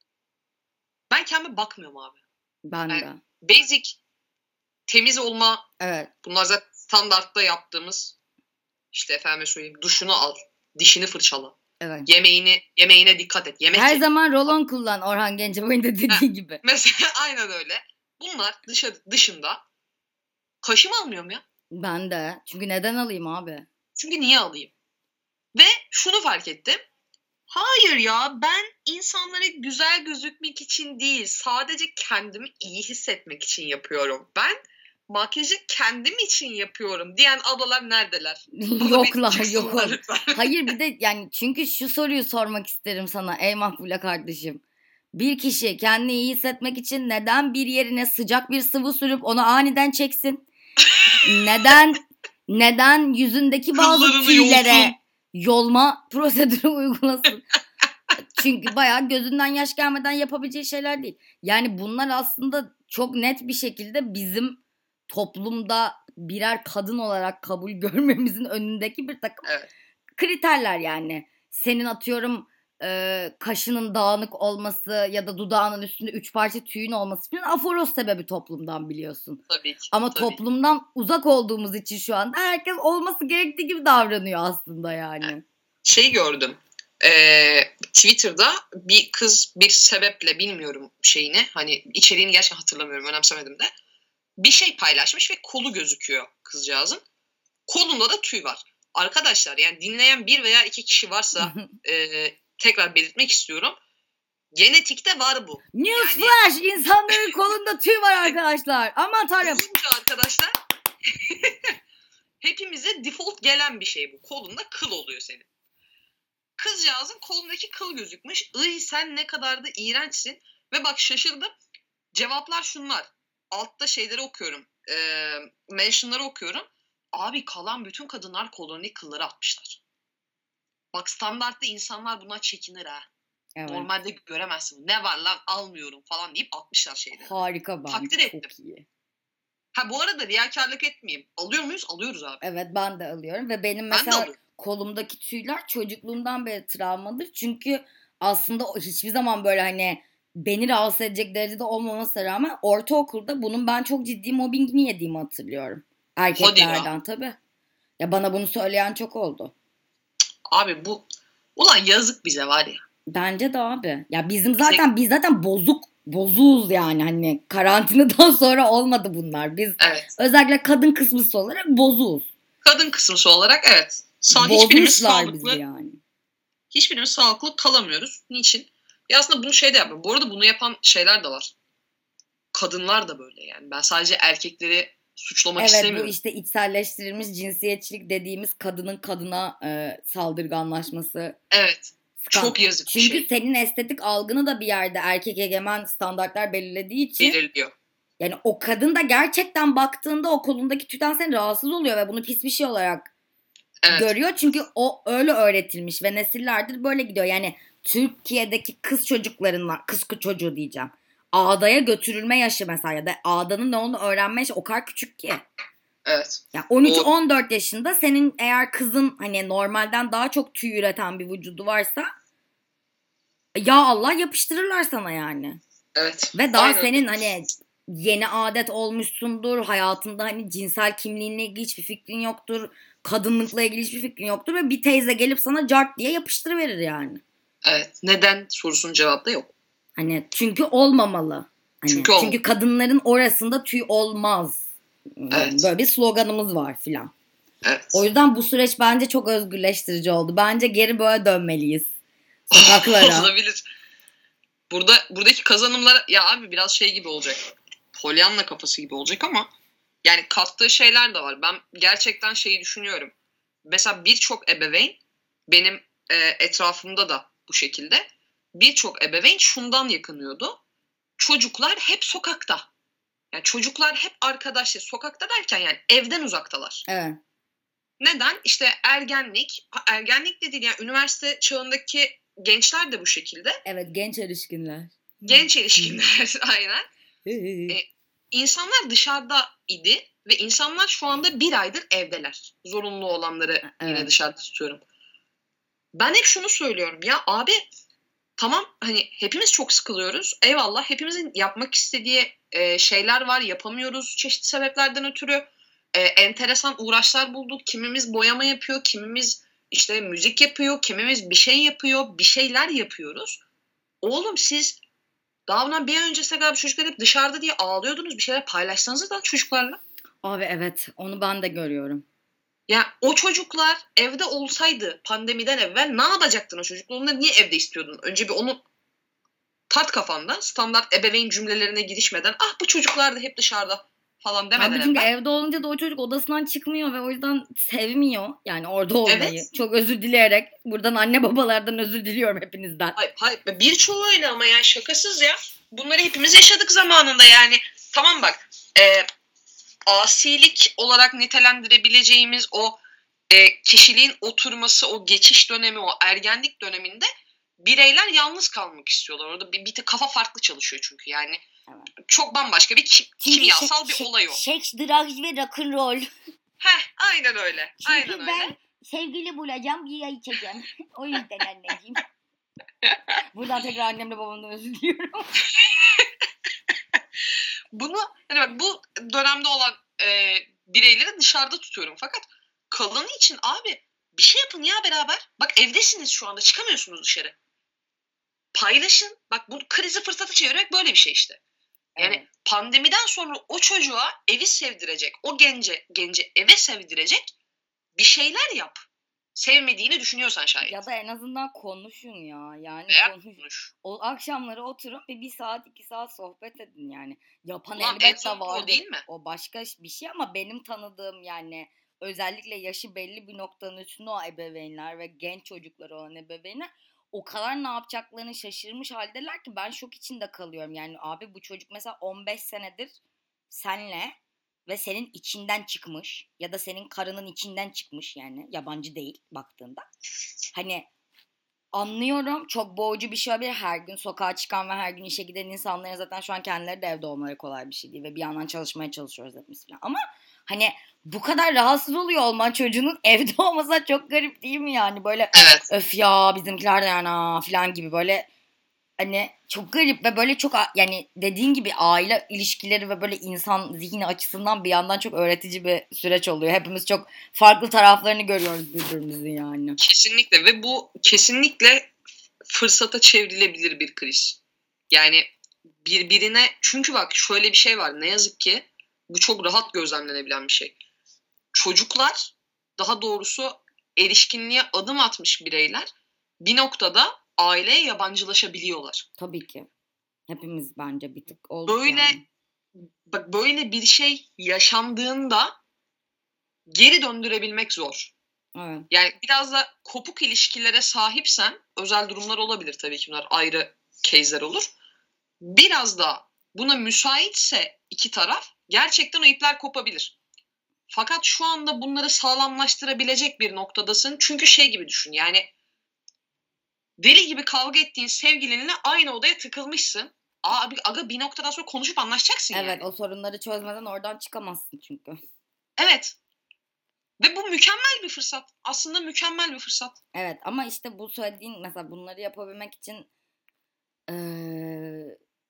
S2: ben kendime bakmıyorum abi.
S1: Ben yani de.
S2: Basic temiz olma.
S1: Evet.
S2: Bunlar zaten standartta yaptığımız, işte efendime söyleyeyim, duşunu al, dişini fırçala.
S1: Evet.
S2: Yemeğini yemeğine dikkat et. Yemek
S1: Her
S2: ye.
S1: zaman rolon kullan Orhan Gencebay'ın da dediği ha, gibi.
S2: Mesela aynen öyle. Bunlar dışarı, dışında kaşım almıyorum ya.
S1: Ben de. Çünkü neden alayım abi?
S2: Çünkü niye alayım? Ve şunu fark ettim. Hayır ya, ben insanlara güzel gözükmek için değil, sadece kendimi iyi hissetmek için yapıyorum. Ben makyajı kendim için yapıyorum diyen ablalar neredeler?
S1: Yoklar, yoklar. Hayır bir de yani çünkü şu soruyu sormak isterim sana ey Mahbule kardeşim. Bir kişi kendini iyi hissetmek için neden bir yerine sıcak bir sıvı sürüp onu aniden çeksin? neden neden yüzündeki bazı Kızlarını tüylere yolsun. Yolma prosedürü uygulasın? Çünkü bayağı gözünden yaş gelmeden yapabileceği şeyler değil. Yani bunlar aslında çok net bir şekilde bizim toplumda birer kadın olarak kabul görmemizin önündeki bir takım
S2: evet.
S1: kriterler yani. Senin atıyorum e, kaşının dağınık olması ya da dudağının üstünde üç parça tüyün olması falan aforoz sebebi toplumdan biliyorsun.
S2: Tabii ki.
S1: Ama
S2: tabii.
S1: toplumdan uzak olduğumuz için şu anda herkes olması gerektiği gibi davranıyor aslında yani.
S2: Şey gördüm. Ee, Twitter'da bir kız bir sebeple, bilmiyorum şeyini, hani içeriğini gerçekten hatırlamıyorum, önemsemedim de, bir şey paylaşmış ve kolu gözüküyor kızcağızın. Kolunda da tüy var. Arkadaşlar yani dinleyen bir veya iki kişi varsa e, tekrar belirtmek istiyorum. Genetikte var bu.
S1: Newsflash! Yani... insanların kolunda tüy var arkadaşlar. Aman tanrım.
S2: Olunca arkadaşlar hepimize default gelen bir şey bu. Kolunda kıl oluyor senin. Kızcağızın kolundaki kıl gözükmüş. Iy sen ne kadar da iğrençsin. Ve bak şaşırdım. Cevaplar şunlar. Altta şeyleri okuyorum. E, mentionları okuyorum. Abi kalan bütün kadınlar kolundaki kılları atmışlar. Bak standartta insanlar buna çekinir ha. Evet. Normalde göremezsin. Ne var lan almıyorum falan deyip atmışlar şeyleri.
S1: Harika ben.
S2: Takdir ettim.
S1: Çok iyi.
S2: Ha bu arada riyakarlık etmeyeyim. Alıyor muyuz? Alıyoruz abi.
S1: Evet ben de alıyorum ve benim mesela kolumdaki tüyler çocukluğumdan beri travmadır. Çünkü aslında hiçbir zaman böyle hani beni rahatsız edecek derecede olmamasına rağmen ortaokulda bunun ben çok ciddi mobbingini yediğimi hatırlıyorum. Erkeklerden tabii. Ya bana bunu söyleyen çok oldu.
S2: Abi bu ulan yazık bize var ya.
S1: Bence de abi. Ya bizim zaten biz zaten bozuk bozuğuz yani hani karantinadan sonra olmadı bunlar. Biz
S2: evet.
S1: özellikle kadın kısmısı olarak bozuğuz.
S2: Kadın kısmısı olarak evet. Sa- hiçbirimiz sağlıklı yani. Hiçbirimiz sağlıklı kalamıyoruz. Niçin? Ya aslında bunu şey de yapmıyor. Bu arada bunu yapan şeyler de var. Kadınlar da böyle yani. Ben sadece erkekleri suçlamak
S1: evet,
S2: istemiyorum.
S1: Evet bu işte içselleştirilmiş cinsiyetçilik dediğimiz kadının kadına e, saldırganlaşması.
S2: Evet. Skandal. Çok yazık bir
S1: Çünkü
S2: şey.
S1: Çünkü senin estetik algını da bir yerde erkek egemen standartlar belirlediği için.
S2: Belirliyor.
S1: Yani o kadın da gerçekten baktığında o kolundaki tüyden sen rahatsız oluyor ve bunu pis bir şey olarak evet. görüyor. Çünkü o öyle öğretilmiş ve nesillerdir böyle gidiyor. Yani Türkiye'deki kız çocuklarından, kız çocuğu diyeceğim. Ağdaya götürülme yaşı mesela ya da ağdanın ne olduğunu öğrenme yaşı o kadar küçük ki.
S2: Evet.
S1: Yani on üç on dört yaşında senin eğer kızın hani normalden daha çok tüy üreten bir vücudu varsa ya Allah yapıştırırlar sana yani.
S2: Evet.
S1: Ve daha aynen. Senin hani yeni adet olmuşsundur. Hayatında hani cinsel kimliğinle ilgili hiçbir fikrin yoktur. Kadınlıkla ilgili hiçbir fikrin yoktur ve bir teyze gelip sana cart diye yapıştırıverir yani.
S2: Evet. Neden sorusunun cevabı da yok.
S1: Hani çünkü olmamalı. Hani çünkü, ol- çünkü kadınların orasında tüy olmaz.
S2: Evet.
S1: Böyle bir sloganımız var filan.
S2: Evet.
S1: O yüzden bu süreç bence çok özgürleştirici oldu. Bence geri böyle dönmeliyiz. Sokaklara.
S2: Olabilir. burada buradaki kazanımlar ya abi biraz şey gibi olacak. Pollyanna kafası gibi olacak ama yani kattığı şeyler de var. Ben gerçekten şeyi düşünüyorum. Mesela birçok ebeveyn benim e, etrafımda da bu şekilde birçok ebeveyn şundan yakınıyordu. Çocuklar hep sokakta. Yani çocuklar hep arkadaşlar sokakta derken yani evden uzaktalar.
S1: Evet.
S2: Neden? İşte ergenlik, ergenlik de değil yani üniversite çağındaki gençler de bu şekilde.
S1: Evet, genç erişkinler.
S2: Genç erişkinler aynen. ee, insanlar dışarıda idi ve insanlar şu anda bir aydır evdeler. Zorunlu olanları
S1: evet.
S2: Yine dışarıda tutuyorum. Ben hep şunu söylüyorum ya abi tamam hani hepimiz çok sıkılıyoruz. Eyvallah hepimizin yapmak istediği e, şeyler var yapamıyoruz çeşitli sebeplerden ötürü. E, enteresan uğraşlar bulduk. Kimimiz boyama yapıyor, kimimiz işte müzik yapıyor, kimimiz bir şey yapıyor, bir şeyler yapıyoruz. Oğlum siz daha bundan bir ay öncesine kadar çocuklar hep dışarıda diye ağlıyordunuz. Bir şeyler paylaşsanız da çocuklarla.
S1: Abi evet onu ben de görüyorum.
S2: Ya o çocuklar evde olsaydı pandemiden evvel ne yapacaktın o çocukla? Onları niye evde istiyordun? Önce bir onu tart kafanda. Standart ebeveyn cümlelerine girişmeden ah bu çocuklar da hep dışarıda falan demeden
S1: Abi çünkü
S2: evvel.
S1: evde olunca da o çocuk odasından çıkmıyor ve o yüzden sevmiyor. Yani orada olmayı.
S2: Evet.
S1: Çok özür dileyerek buradan anne babalardan özür diliyorum hepinizden.
S2: Hayır, hayır. Birçoğu öyle ama yani şakasız ya. Bunları hepimiz yaşadık zamanında yani. Tamam bak. E, asilik olarak nitelendirebileceğimiz o e, kişiliğin oturması, o geçiş dönemi, o ergenlik döneminde bireyler yalnız kalmak istiyorlar. Orada bir, bir de kafa farklı çalışıyor çünkü yani. Evet. Çok bambaşka bir kim, kimyasal bir olay o.
S1: Seks, drugs ve rock'n'roll.
S2: Heh, aynen öyle.
S1: Çünkü
S2: aynen
S1: ben
S2: öyle.
S1: sevgili bulacağım, bir ay içeceğim. O yüzden anneciğim. Buradan tekrar annemle babamdan özür diliyorum.
S2: Bunu hani bak bu dönemde olan e, bireyleri dışarıda tutuyorum. Fakat kalanı için abi bir şey yapın ya beraber. Bak evdesiniz şu anda çıkamıyorsunuz dışarı. Paylaşın. Bak bu krizi fırsata çevirmek böyle bir şey işte. Yani evet. Pandemiden sonra o çocuğa evi sevdirecek, o gence gence eve sevdirecek bir şeyler yap. Sevmediğini düşünüyorsan şayet.
S1: Ya da en azından konuşun ya. Yani
S2: Veya
S1: konuş.
S2: konuş.
S1: O akşamları oturun ve bir saat iki saat sohbet edin yani. Yapan
S2: Ulan
S1: elbette vardır.
S2: O değil mi?
S1: O başka bir şey ama benim tanıdığım yani özellikle yaşı belli bir noktanın üstünde o ebeveynler ve genç çocukları olan ebeveynler o kadar ne yapacaklarını şaşırmış haldeler ki ben şok içinde kalıyorum. Yani abi bu çocuk mesela on beş senedir senle ve senin içinden çıkmış ya da senin karının içinden çıkmış yani yabancı değil baktığında. Hani anlıyorum çok boğucu bir şey olabilir. Her gün sokağa çıkan ve her gün işe giden insanların zaten şu an kendileri de evde olmaları kolay bir şey değil. Ve bir yandan çalışmaya çalışıyoruz hepimiz falan. Ama hani bu kadar rahatsız oluyor olman çocuğunun evde olmasa çok garip değil mi yani? Böyle
S2: evet.
S1: Öf ya bizimkiler de yani falan gibi böyle hani çok garip ve böyle çok yani dediğin gibi aile ilişkileri ve böyle insan zihni açısından bir yandan çok öğretici bir süreç oluyor. Hepimiz çok farklı taraflarını görüyoruz birbirimizin yani.
S2: Kesinlikle ve bu kesinlikle fırsata çevrilebilir bir kriz. Yani birbirine çünkü bak şöyle bir şey var ne yazık ki bu çok rahat gözlemlenebilen bir şey. Çocuklar daha doğrusu erişkinliğe adım atmış bireyler bir noktada aileye yabancılaşabiliyorlar.
S1: Tabii ki. Hepimiz bence bir tık olduk
S2: böyle
S1: yani.
S2: Bak böyle bir şey yaşandığında geri döndürebilmek zor.
S1: Evet.
S2: Yani biraz da kopuk ilişkilere sahipsen özel durumlar olabilir tabii ki bunlar ayrı case'ler olur. Biraz da buna müsaitse iki taraf gerçekten o ipler kopabilir. Fakat şu anda bunları sağlamlaştırabilecek bir noktadasın. Çünkü şey gibi düşün yani deli gibi kavga ettiğin sevgilinle aynı odaya tıkılmışsın. Abi aga bir noktadan sonra konuşup anlaşacaksın
S1: evet,
S2: yani.
S1: Evet o sorunları çözmeden oradan çıkamazsın çünkü.
S2: Evet. Ve bu mükemmel bir fırsat. Aslında mükemmel bir fırsat.
S1: Evet ama işte bu söylediğin mesela bunları yapabilmek için ee,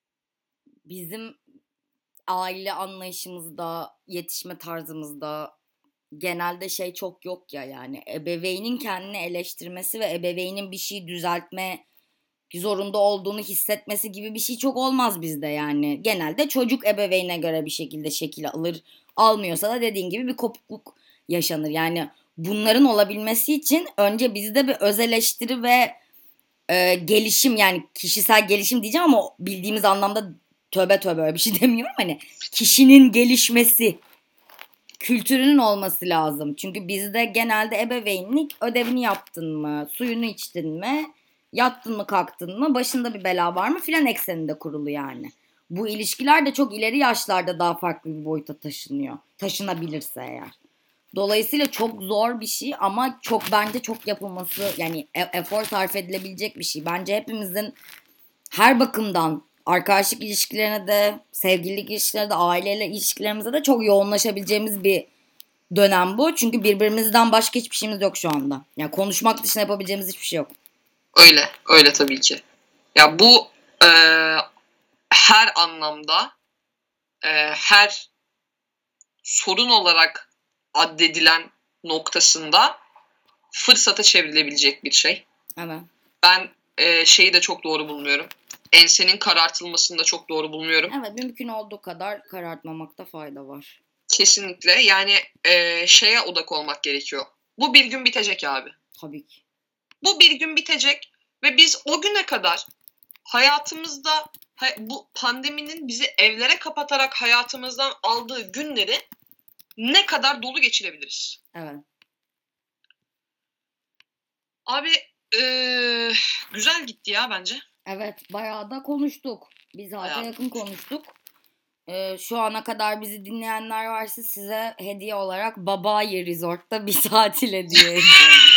S1: bizim aile anlayışımızda, yetişme tarzımızda genelde şey çok yok ya yani ebeveynin kendini eleştirmesi ve ebeveynin bir şeyi düzeltme zorunda olduğunu hissetmesi gibi bir şey çok olmaz bizde yani. Genelde çocuk ebeveyne göre bir şekilde şekil alır. Almıyorsa da dediğin gibi bir kopukluk yaşanır. Yani bunların olabilmesi için önce bizde bir öz eleştiri ve e, gelişim, yani kişisel gelişim diyeceğim ama bildiğimiz anlamda tövbe tövbe öyle bir şey demiyorum. Hani kişinin gelişmesi kültürünün olması lazım. Çünkü bizde genelde ebeveynlik ödevini yaptın mı, suyunu içtin mi, yattın mı kalktın mı, başında bir bela var mı filan ekseninde kurulu yani. Bu ilişkiler de çok ileri yaşlarda daha farklı bir boyuta taşınıyor. Taşınabilirse eğer. Dolayısıyla çok zor bir şey ama çok bence çok yapılması, yani e- efor sarf edilebilecek bir şey. Bence hepimizin her bakımdan, arkadaşlık ilişkilerine de, sevgililik ilişkilerine de, aileyle ilişkilerimize de çok yoğunlaşabileceğimiz bir dönem bu. Çünkü birbirimizden başka hiçbir şeyimiz yok şu anda. Yani konuşmak dışında yapabileceğimiz hiçbir şey yok.
S2: Öyle, öyle tabii ki. Ya bu e, her anlamda, e, her sorun olarak addedilen noktasında fırsata çevrilebilecek bir şey.
S1: Evet.
S2: Ben e, şeyi de çok doğru bulmuyorum. Ensenin karartılmasını da çok doğru bulmuyorum.
S1: Evet, mümkün olduğu kadar karartmamakta fayda var.
S2: Kesinlikle. Yani e, şeye odak olmak gerekiyor. Bu bir gün bitecek abi.
S1: Tabii ki.
S2: Bu bir gün bitecek ve biz o güne kadar hayatımızda bu pandeminin bizi evlere kapatarak hayatımızdan aldığı günleri ne kadar dolu geçirebiliriz?
S1: Evet.
S2: Abi ee, güzel gitti ya bence.
S1: Evet, bayağı da konuştuk. Biz saate yakın konuştuk. Ee, şu ana kadar bizi dinleyenler varsa size hediye olarak Babayi Resort'ta bir tatil hediye ediyorum.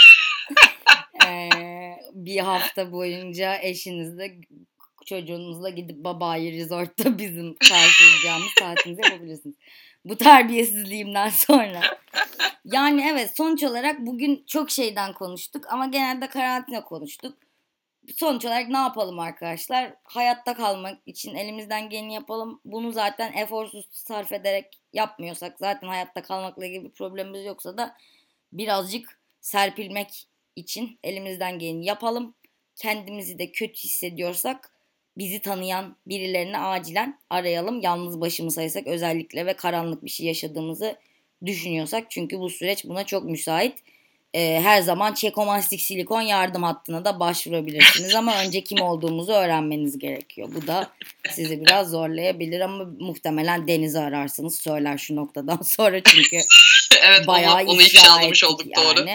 S1: ee, bir hafta boyunca eşinizle, çocuğunuzla gidip Babayi Resort'ta bizim karşılayacağımız tatilinizi yapabilirsiniz. Bu terbiyesizliğimden sonra. Yani evet, sonuç olarak bugün çok şeyden konuştuk ama genelde karantina konuştuk. Sonuç olarak ne yapalım arkadaşlar? Hayatta kalmak için elimizden geleni yapalım. Bunu zaten eforsuz sarf ederek yapmıyorsak, zaten hayatta kalmakla ilgili bir problemimiz yoksa da birazcık serpilmek için elimizden geleni yapalım. Kendimizi de kötü hissediyorsak bizi tanıyan birilerini acilen arayalım. Yalnız başımızdaysak özellikle ve karanlık bir şey yaşadığımızı düşünüyorsak. Çünkü bu süreç buna çok müsait. Ee, her zaman Çekomastik Silikon yardım hattına da başvurabilirsiniz. Ama önce kim olduğumuzu öğrenmeniz gerekiyor. Bu da sizi biraz zorlayabilir ama muhtemelen Deniz'i ararsınız söyler şu noktadan sonra çünkü
S2: evet,
S1: bayağı
S2: onu, onu ifşalamış olduk yani. Doğru.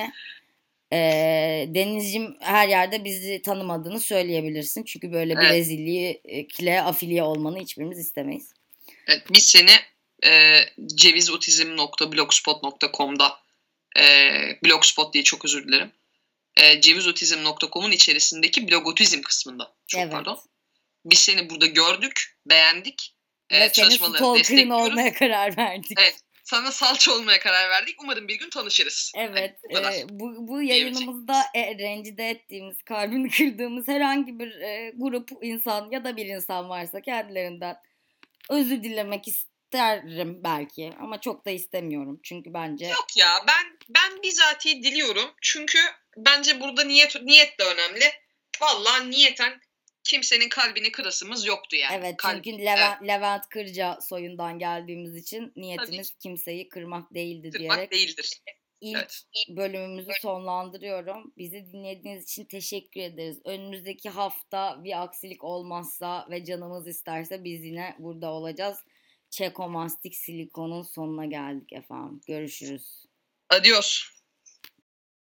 S1: Ee, Deniz'cim her yerde bizi tanımadığını söyleyebilirsin. Çünkü böyle bir evet. rezillikle afiliye olmanı hiçbirimiz istemeyiz.
S2: Evet, biz seni e, cevizotizm nokta blogspot nokta com'da e, blogspot diye çok özür dilerim. E, cevizotizm nokta com'un içerisindeki blogotizm kısmında. Çok evet. pardon. Biz seni burada gördük, beğendik.
S1: Ve e, senin stalker'ın olmaya karar verdik.
S2: Evet. Sana salça olmaya karar verdik. Umarım bir gün tanışırız.
S1: Evet. Yani bu, e, bu yayınımızda e, rencide ettiğimiz, kalbini kırdığımız herhangi bir e, grup insan ya da bir insan varsa kendilerinden özür dilemek isterim belki. Ama çok da istemiyorum. Çünkü bence...
S2: Yok ya, ben ben bizatihi diliyorum. Çünkü bence burada niyet niyet de önemli. Vallahi niyeten kimsenin kalbini kırasımız yoktu yani.
S1: Evet,
S2: Kalb...
S1: çünkü Levent, evet. Levent Kırca soyundan geldiğimiz için niyetimiz Tabii. kimseyi kırmak değildi
S2: kırmak
S1: diyerek
S2: değildir.
S1: İlk evet. bölümümüzü sonlandırıyorum. Bizi dinlediğiniz için teşekkür ederiz. Önümüzdeki hafta bir aksilik olmazsa ve canımız isterse biz yine burada olacağız. Çekomastik Silikon'un sonuna geldik efendim. Görüşürüz.
S2: Adios.